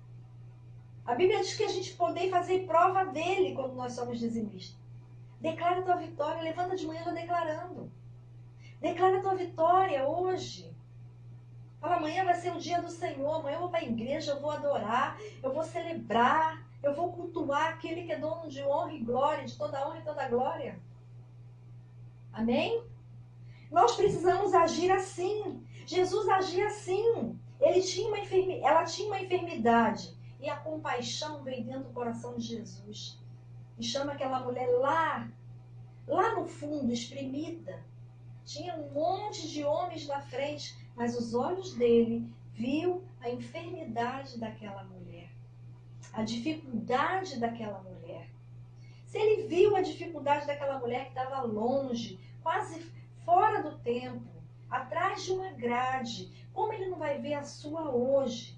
A Bíblia diz que a gente pode fazer prova dele quando nós somos dizimistas. Declara a tua vitória, levanta de manhã já declarando. Declara a tua vitória hoje. Fala, amanhã vai ser o dia do Senhor, amanhã eu vou para a igreja, eu vou adorar, eu vou celebrar, eu vou cultuar aquele que é dono de honra e glória, de toda honra e toda glória. Amém? Nós precisamos agir assim. Jesus agia assim. Ela tinha uma enfermidade. E a compaixão veio dentro do coração de Jesus. E chama aquela mulher lá no fundo, espremida. Tinha um monte de homens na frente, mas os olhos dele viu a enfermidade daquela mulher. A dificuldade daquela mulher. Se ele viu a dificuldade daquela mulher que estava longe, quase fora do templo, atrás de uma grade, como ele não vai ver a sua hoje?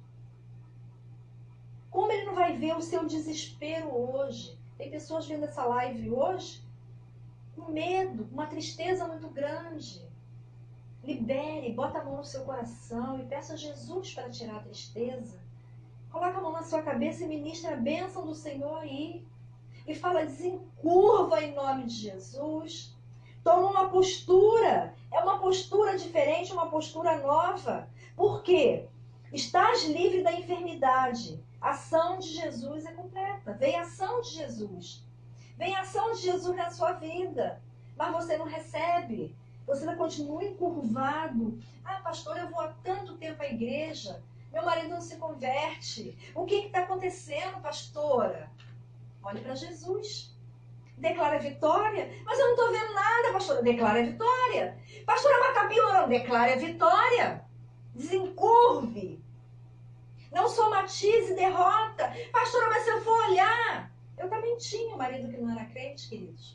Como ele não vai ver o seu desespero hoje? Tem pessoas vendo essa live hoje com medo, uma tristeza muito grande. Libere, bota a mão no seu coração e peça a Jesus para tirar a tristeza. Coloca a mão na sua cabeça e ministra a bênção do Senhor aí. E fala, desencurva em nome de Jesus. Toma uma postura. É uma postura diferente, uma postura nova. Por quê? Estás livre da enfermidade. A ação de Jesus é completa. Vem a ação de Jesus. Vem a ação de Jesus na sua vida. Mas você não recebe. Você ainda continua encurvado. Ah, pastor, eu vou há tanto tempo à igreja. Meu marido não se converte. O que está acontecendo, pastora? Olhe para Jesus. Declara vitória. Mas eu não estou vendo nada, pastora. Declara vitória. Pastora, mas está piorando. Declara vitória. Desencurve. Não somatize derrota. Pastora, mas se eu for olhar... Eu também tinha um marido que não era crente, queridos.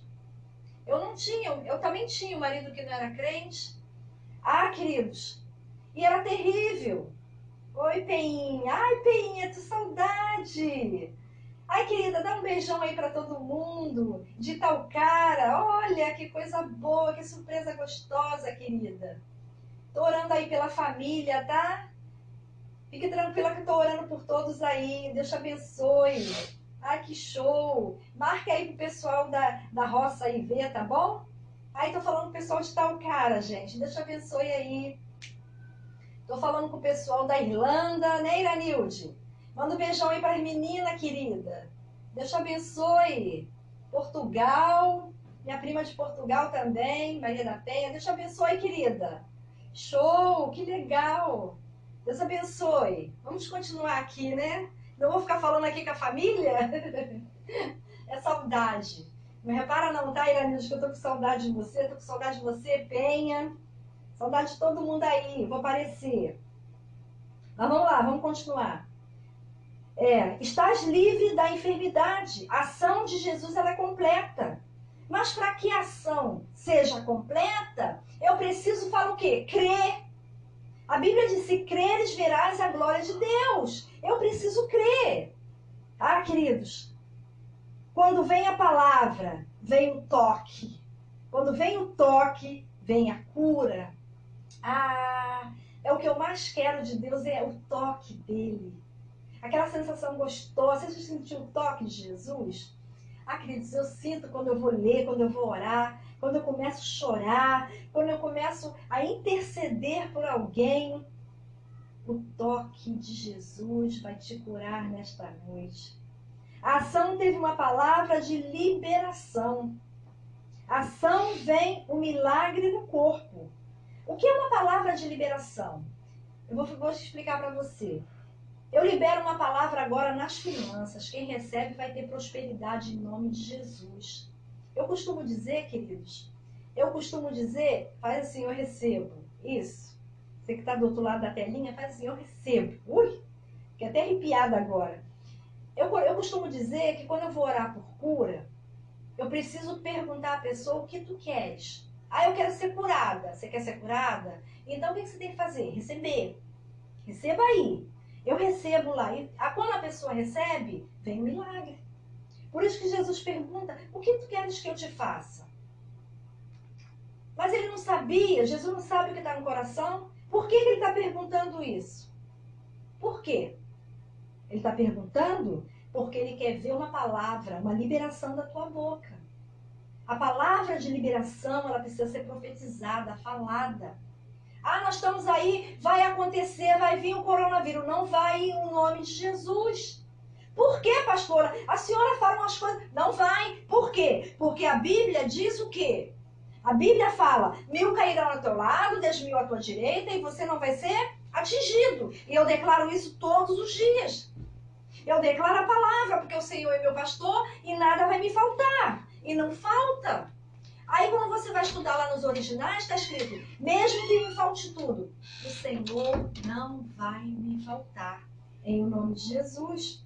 Eu também tinha um marido que não era crente. Ah, queridos. E era terrível. Oi, Peinha. Ai, Peinha, que saudade. Ai, querida, dá um beijão aí pra todo mundo. De tal cara. Olha, que coisa boa, que surpresa gostosa, querida. Tô orando aí pela família, tá? Fique tranquila que eu tô orando por todos aí. Deus te abençoe. Ai, que show. Marca aí pro pessoal da roça aí ver, tá bom? Aí tô falando pro pessoal de tal cara, gente. Deus te abençoe aí. Tô falando com o pessoal da Irlanda, né, Iranilde? Manda um beijão aí para as meninas, querida. Deus te abençoe. Portugal, minha prima de Portugal também, Maria da Penha. Deus te abençoe, querida. Show, que legal. Deus abençoe. Vamos continuar aqui, né? Não vou ficar falando aqui com a família? É saudade. Não repara não, tá, Iranilde, que eu tô com saudade de você. Tô com saudade de você, Penha. Saudade de todo mundo aí. Vou aparecer. Mas vamos lá, vamos continuar. Estás livre da enfermidade. A ação de Jesus ela é completa. Mas para que a ação seja completa, eu preciso falar o quê? Crer. A Bíblia diz, se creres, verás a glória de Deus. Eu preciso crer. Ah, queridos, quando vem a palavra, vem o toque. Quando vem o toque, vem a cura. Ah, é o que eu mais quero de Deus, é o toque dele. Aquela sensação gostosa. Você já sentiu o toque de Jesus? Ah, queridos, eu sinto quando eu vou ler, quando eu vou orar, quando eu começo a chorar, quando eu começo a interceder por alguém. O toque de Jesus vai te curar nesta noite. A ação teve uma palavra de liberação. A ação vem o milagre no corpo. O que é uma palavra de liberação? Eu vou te explicar para você. Eu libero uma palavra agora nas finanças. Quem recebe vai ter prosperidade em nome de Jesus. Eu costumo dizer, queridos, faz assim, eu recebo. Isso. Você que está do outro lado da telinha, faz assim, eu recebo. Ui, fiquei até arrepiada agora. Eu costumo dizer que quando eu vou orar por cura, eu preciso perguntar à pessoa o que tu queres. Ah, eu quero ser curada. Você quer ser curada? Então o que você tem que fazer? Receber. Receba aí. Eu recebo lá. E quando a pessoa recebe, vem um milagre. Por isso que Jesus pergunta, o que tu queres que eu te faça? Mas ele não sabia, Jesus não sabe o que está no coração. Por que ele está perguntando isso? Por quê? Ele está perguntando porque ele quer ver uma palavra, uma liberação da tua boca. A palavra de liberação, ela precisa ser profetizada, falada. Ah, nós estamos aí, vai acontecer, vai vir o coronavírus. Não vai em nome de Jesus. Por quê, pastora? A senhora fala umas coisas. Não vai. Por quê? Porque a Bíblia diz o quê? A Bíblia fala, 1000 cairão ao teu lado, 10.000 à tua direita, e você não vai ser atingido. E eu declaro isso todos os dias. Eu declaro a palavra, porque o Senhor é meu pastor e nada vai me faltar. E não falta. Aí quando você vai estudar lá nos originais, está escrito, mesmo que me falte tudo, o Senhor não vai me faltar. Em nome de Jesus.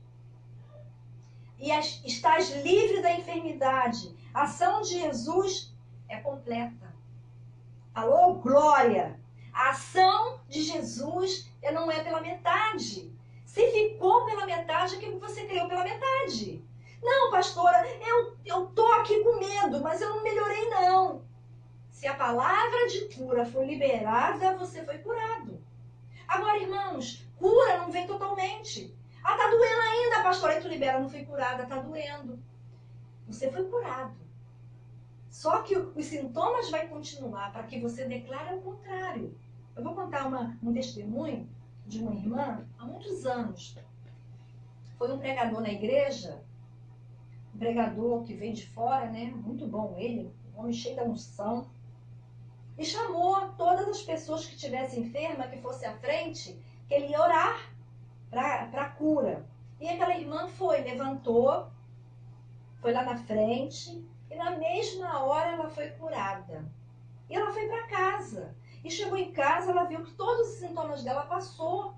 E estás livre da enfermidade. A ação de Jesus é completa. Alô, glória! A ação de Jesus não é pela metade. Se ficou pela metade, é que você creu pela metade. Não, pastora, eu tô aqui com medo, mas eu não melhorei não. Se a palavra de cura for liberada, você foi curado. Agora, irmãos, cura não vem totalmente. Ah, tá doendo ainda, pastora. Aí tu libera, não fui curada, tá doendo. Você foi curado. Só que os sintomas vão continuar para que você declare o contrário. Eu vou contar um testemunho de uma irmã há muitos anos. Foi um pregador na igreja, um pregador que veio de fora, né? Muito bom ele, um homem cheio da unção. E chamou todas as pessoas que estivessem enfermas, que fosse à frente, que ele ia orar para a cura. E aquela irmã foi, levantou, foi lá na frente, e na mesma hora ela foi curada. E ela foi para casa. E chegou em casa, ela viu que todos os sintomas dela passou.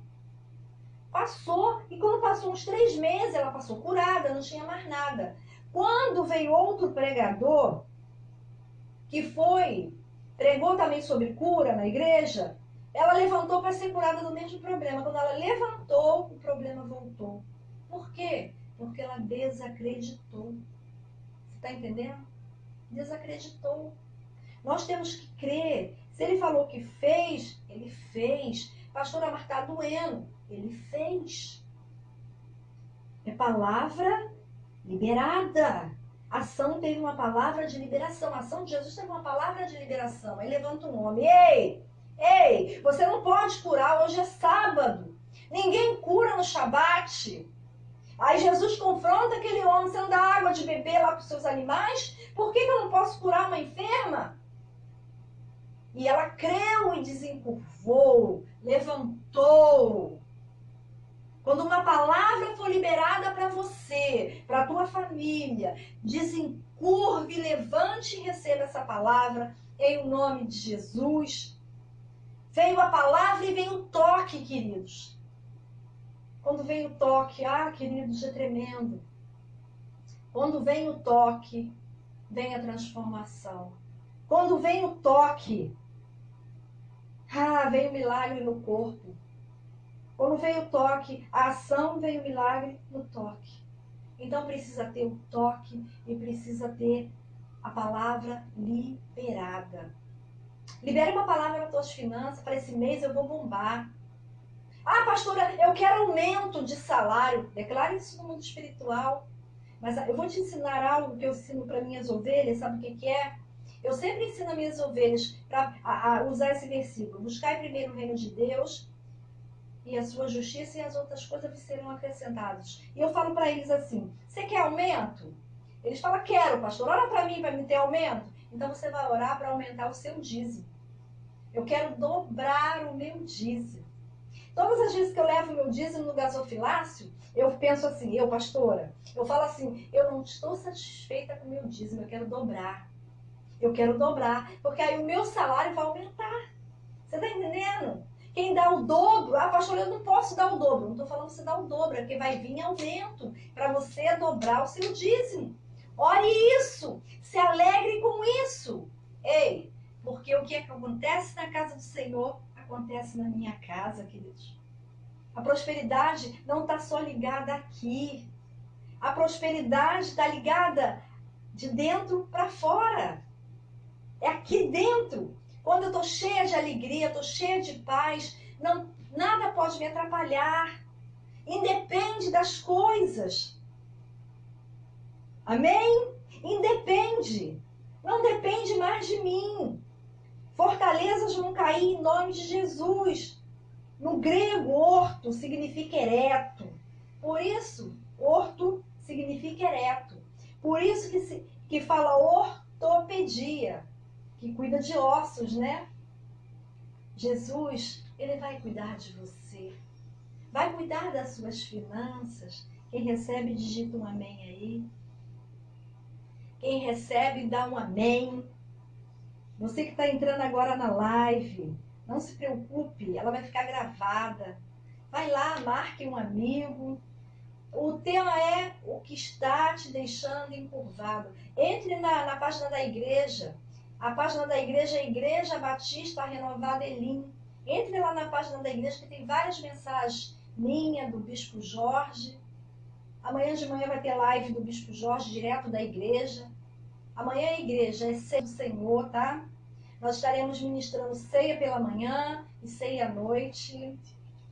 E quando passou uns 3 meses, ela passou curada, não tinha mais nada. Quando veio outro pregador, que pregou também sobre cura na igreja, ela levantou para ser curada do mesmo problema. Quando ela levantou, o problema voltou. Por quê? Porque ela desacreditou. Você está entendendo? Desacreditou. Nós temos que crer. Se ele falou que fez, ele fez. Pastora, mas está doendo. Ele fez. É palavra liberada. A ação teve uma palavra de liberação. A ação de Jesus teve uma palavra de liberação. Aí levanta um homem. Ei, você não pode curar. Hoje é sábado. Ninguém cura no Shabat. Aí Jesus confronta aquele homem. Você não dá água de beber lá para os seus animais? Por que eu não posso curar uma enferma? E ela creu e desencurvou, levantou. Quando uma palavra for liberada para você, para a tua família, desencurve, levante e receba essa palavra em nome de Jesus. Veio a palavra e veio o toque, queridos. Quando vem o toque, queridos, é tremendo. Quando vem o toque, vem a transformação. Quando vem o toque, vem o milagre no corpo. Quando vem o toque, a ação, vem o milagre no toque. Então precisa ter o toque e precisa ter a palavra liberada. Libere uma palavra nas tuas finanças. Para esse mês eu vou bombar. Pastora, eu quero aumento de salário. Declare isso no mundo espiritual. Mas eu vou te ensinar algo que eu ensino para minhas ovelhas. Sabe o que é? Eu sempre ensino as minhas ovelhas a usar esse versículo. Buscar primeiro o reino de Deus e a sua justiça, e as outras coisas serão acrescentadas. E eu falo para eles assim: você quer aumento? Eles falam: quero, pastor. Ora para mim me ter aumento. Então você vai orar para aumentar o seu dízimo. Eu quero dobrar o meu dízimo. Todas as vezes que eu levo o meu dízimo no gasofilácio, eu penso assim, pastora, eu falo assim: eu não estou satisfeita com o meu dízimo, eu quero dobrar. Eu quero dobrar, porque aí o meu salário vai aumentar. Você está entendendo? Quem dá o dobro, pastor, eu não posso dar o dobro. Não estou falando que você dá o dobro, é porque vai vir aumento para você dobrar o seu dízimo. Ore isso, se alegre com isso. Porque o que acontece na casa do Senhor, acontece na minha casa, queridos. A prosperidade não está só ligada aqui. A prosperidade está ligada de dentro para fora. É aqui dentro. Quando eu estou cheia de alegria, estou cheia de paz, nada pode me atrapalhar. Independe das coisas. Amém? Independe. Não depende mais de mim. Fortalezas vão cair em nome de Jesus. No grego, orto significa ereto. Por isso, orto significa ereto. Por isso que fala ortopedia, que cuida de ossos, né? Jesus, ele vai cuidar de você. Vai cuidar das suas finanças. Quem recebe, digita um amém aí. Quem recebe, dá um amém. Você que está entrando agora na live, não se preocupe, ela vai ficar gravada. Vai lá, marque um amigo. O tema é o que está te deixando encurvado. Entre na página da igreja. A página da igreja é Igreja Batista Renovada Elim. Entre lá na página da igreja que tem várias mensagens. Minha, do Bispo Jorge. Amanhã de manhã vai ter live do Bispo Jorge, direto da igreja. Amanhã a igreja é ceia do Senhor, tá? Nós estaremos ministrando ceia pela manhã e ceia à noite.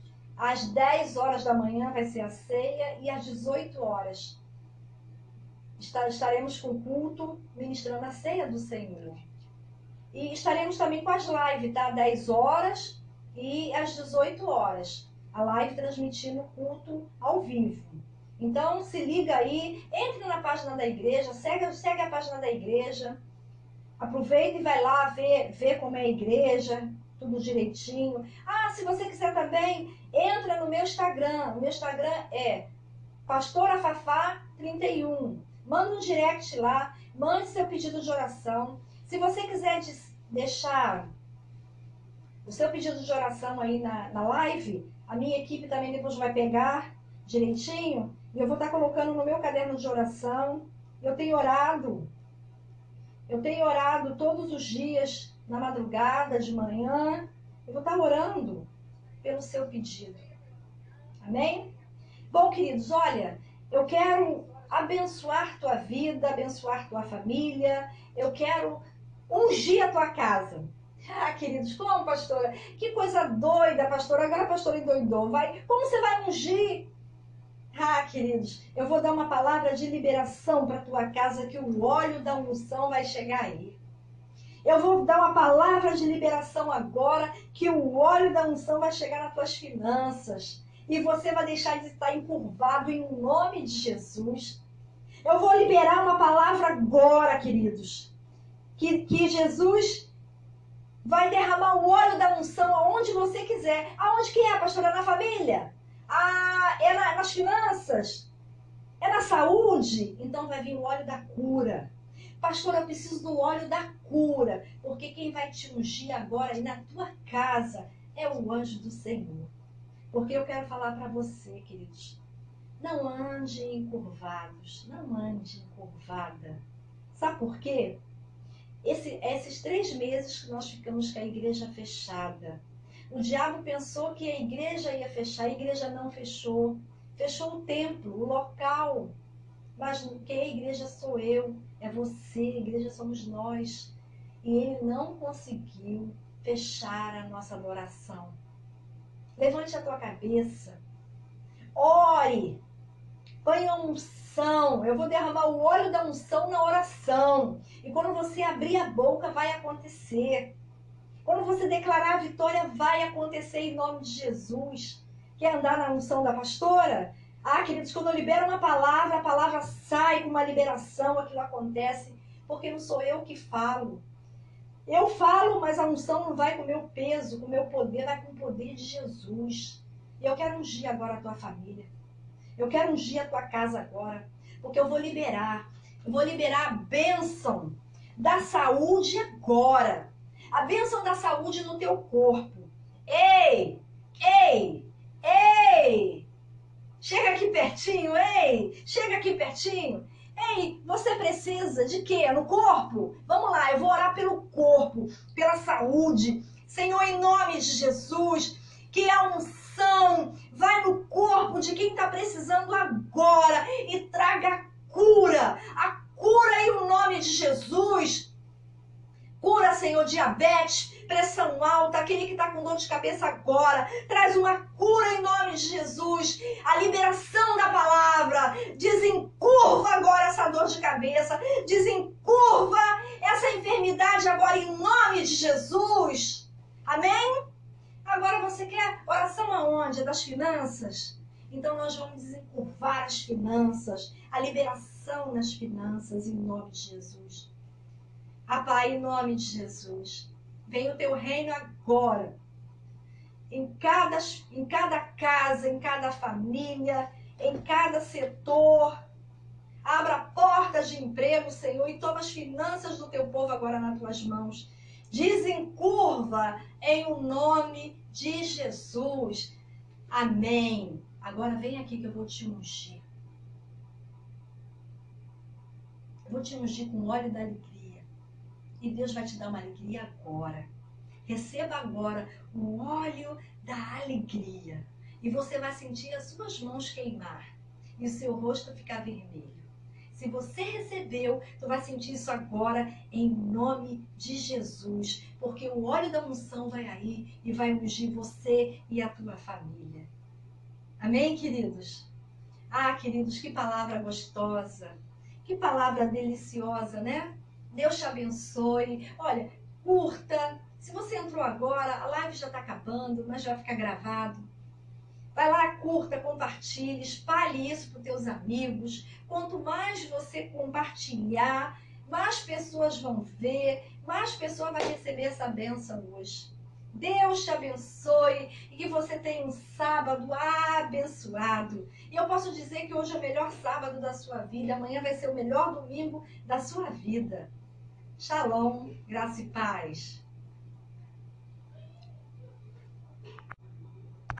Às 10 horas da manhã vai ser a ceia e às 18 horas. Estaremos com culto, ministrando a ceia do Senhor. E estaremos também com as lives, tá? 10 horas e às 18 horas. A live transmitindo o culto ao vivo. Então, se liga aí, entre na página da igreja, segue a página da igreja. Aproveita e vai lá ver como é a igreja, tudo direitinho. Ah, se você quiser também, entra no meu Instagram. O meu Instagram é pastorafafá31. Manda um direct lá, mande seu pedido de oração. Se você quiser deixar o seu pedido de oração aí na live, a minha equipe também depois vai pegar direitinho e eu vou estar colocando no meu caderno de oração. Eu tenho orado todos os dias, na madrugada, de manhã. Eu vou estar orando pelo seu pedido. Amém? Bom, queridos, olha, eu quero abençoar tua vida, abençoar tua família. Eu quero ungir a tua casa. Ah, queridos, como, pastora? Que coisa doida, pastora. Agora a pastora endoidou. Como você vai ungir? Ah, queridos, eu vou dar uma palavra de liberação para tua casa, que o óleo da unção vai chegar aí. Eu vou dar uma palavra de liberação agora, que o óleo da unção vai chegar nas tuas finanças. E você vai deixar de estar encurvado em nome de Jesus. Eu vou liberar uma palavra agora, queridos. Que Jesus vai derramar o óleo da unção aonde você quiser. Aonde que é, pastora? Na família? É nas finanças? É na saúde? Então vai vir o óleo da cura. Pastor, eu preciso do óleo da cura. Porque quem vai te ungir agora aí na tua casa é o anjo do Senhor. Porque eu quero falar para você, queridos. Não ande encurvados. Não ande encurvada. Sabe por quê? Esses 3 meses que nós ficamos com a igreja fechada. O diabo pensou que a igreja ia fechar, a igreja não fechou. Fechou o templo, o local. Mas quem é a igreja sou eu, é você, a igreja somos nós. E ele não conseguiu fechar a nossa adoração. Levante a tua cabeça. Ore. Ponha unção. Eu vou derramar o óleo da unção na oração. E quando você abrir a boca, vai acontecer. Quando você declarar a vitória, vai acontecer em nome de Jesus. Quer andar na unção da pastora? Ah, queridos, quando eu libero uma palavra, a palavra sai com uma liberação, aquilo acontece, porque não sou eu que falo. Eu falo, mas a unção não vai com o meu peso, com o meu poder, vai com o poder de Jesus. E eu quero ungir agora a tua família. Eu quero ungir a tua casa agora, porque eu vou liberar. Eu vou liberar a bênção da saúde agora. A bênção da saúde no teu corpo. Ei! Ei! Ei! Chega aqui pertinho, ei! Chega aqui pertinho. Ei, você precisa de quê? No corpo? Vamos lá, eu vou orar pelo corpo, pela saúde. Senhor, em nome de Jesus, que a unção vai no corpo de quem está precisando agora e traga cura. A cura em nome de Jesus. Cura, Senhor, diabetes, pressão alta, aquele que está com dor de cabeça agora. Traz uma cura em nome de Jesus. A liberação da palavra. Desencurva agora essa dor de cabeça. Desencurva essa enfermidade agora em nome de Jesus. Amém? Agora você quer oração aonde? É das finanças? Então nós vamos desencurvar as finanças. A liberação nas finanças em nome de Jesus. Ah, Pai, em nome de Jesus, venha o teu reino agora, em cada casa, em cada família, em cada setor. Abra portas de emprego, Senhor, e toma as finanças do teu povo agora nas tuas mãos. Desencurva em o nome de Jesus. Amém. Agora vem aqui que eu vou te ungir. Eu vou te ungir com o óleo da alegria. E Deus vai te dar uma alegria agora. Receba agora o óleo da alegria. E você vai sentir as suas mãos queimar. E o seu rosto ficar vermelho. Se você recebeu, tu vai sentir isso agora em nome de Jesus. Porque o óleo da unção vai aí e vai ungir você e a tua família. Amém, queridos? Ah, queridos, que palavra gostosa. Que palavra deliciosa, né? Deus te abençoe. Olha, curta. Se você entrou agora, a live já está acabando, mas já vai ficar gravado. Vai lá, curta, compartilhe, espalhe isso para os teus amigos. Quanto mais você compartilhar, mais pessoas vão ver, mais pessoas vão receber essa bênção hoje. Deus te abençoe e que você tenha um sábado abençoado. E eu posso dizer que hoje é o melhor sábado da sua vida, amanhã vai ser o melhor domingo da sua vida. Shalom, graça e paz.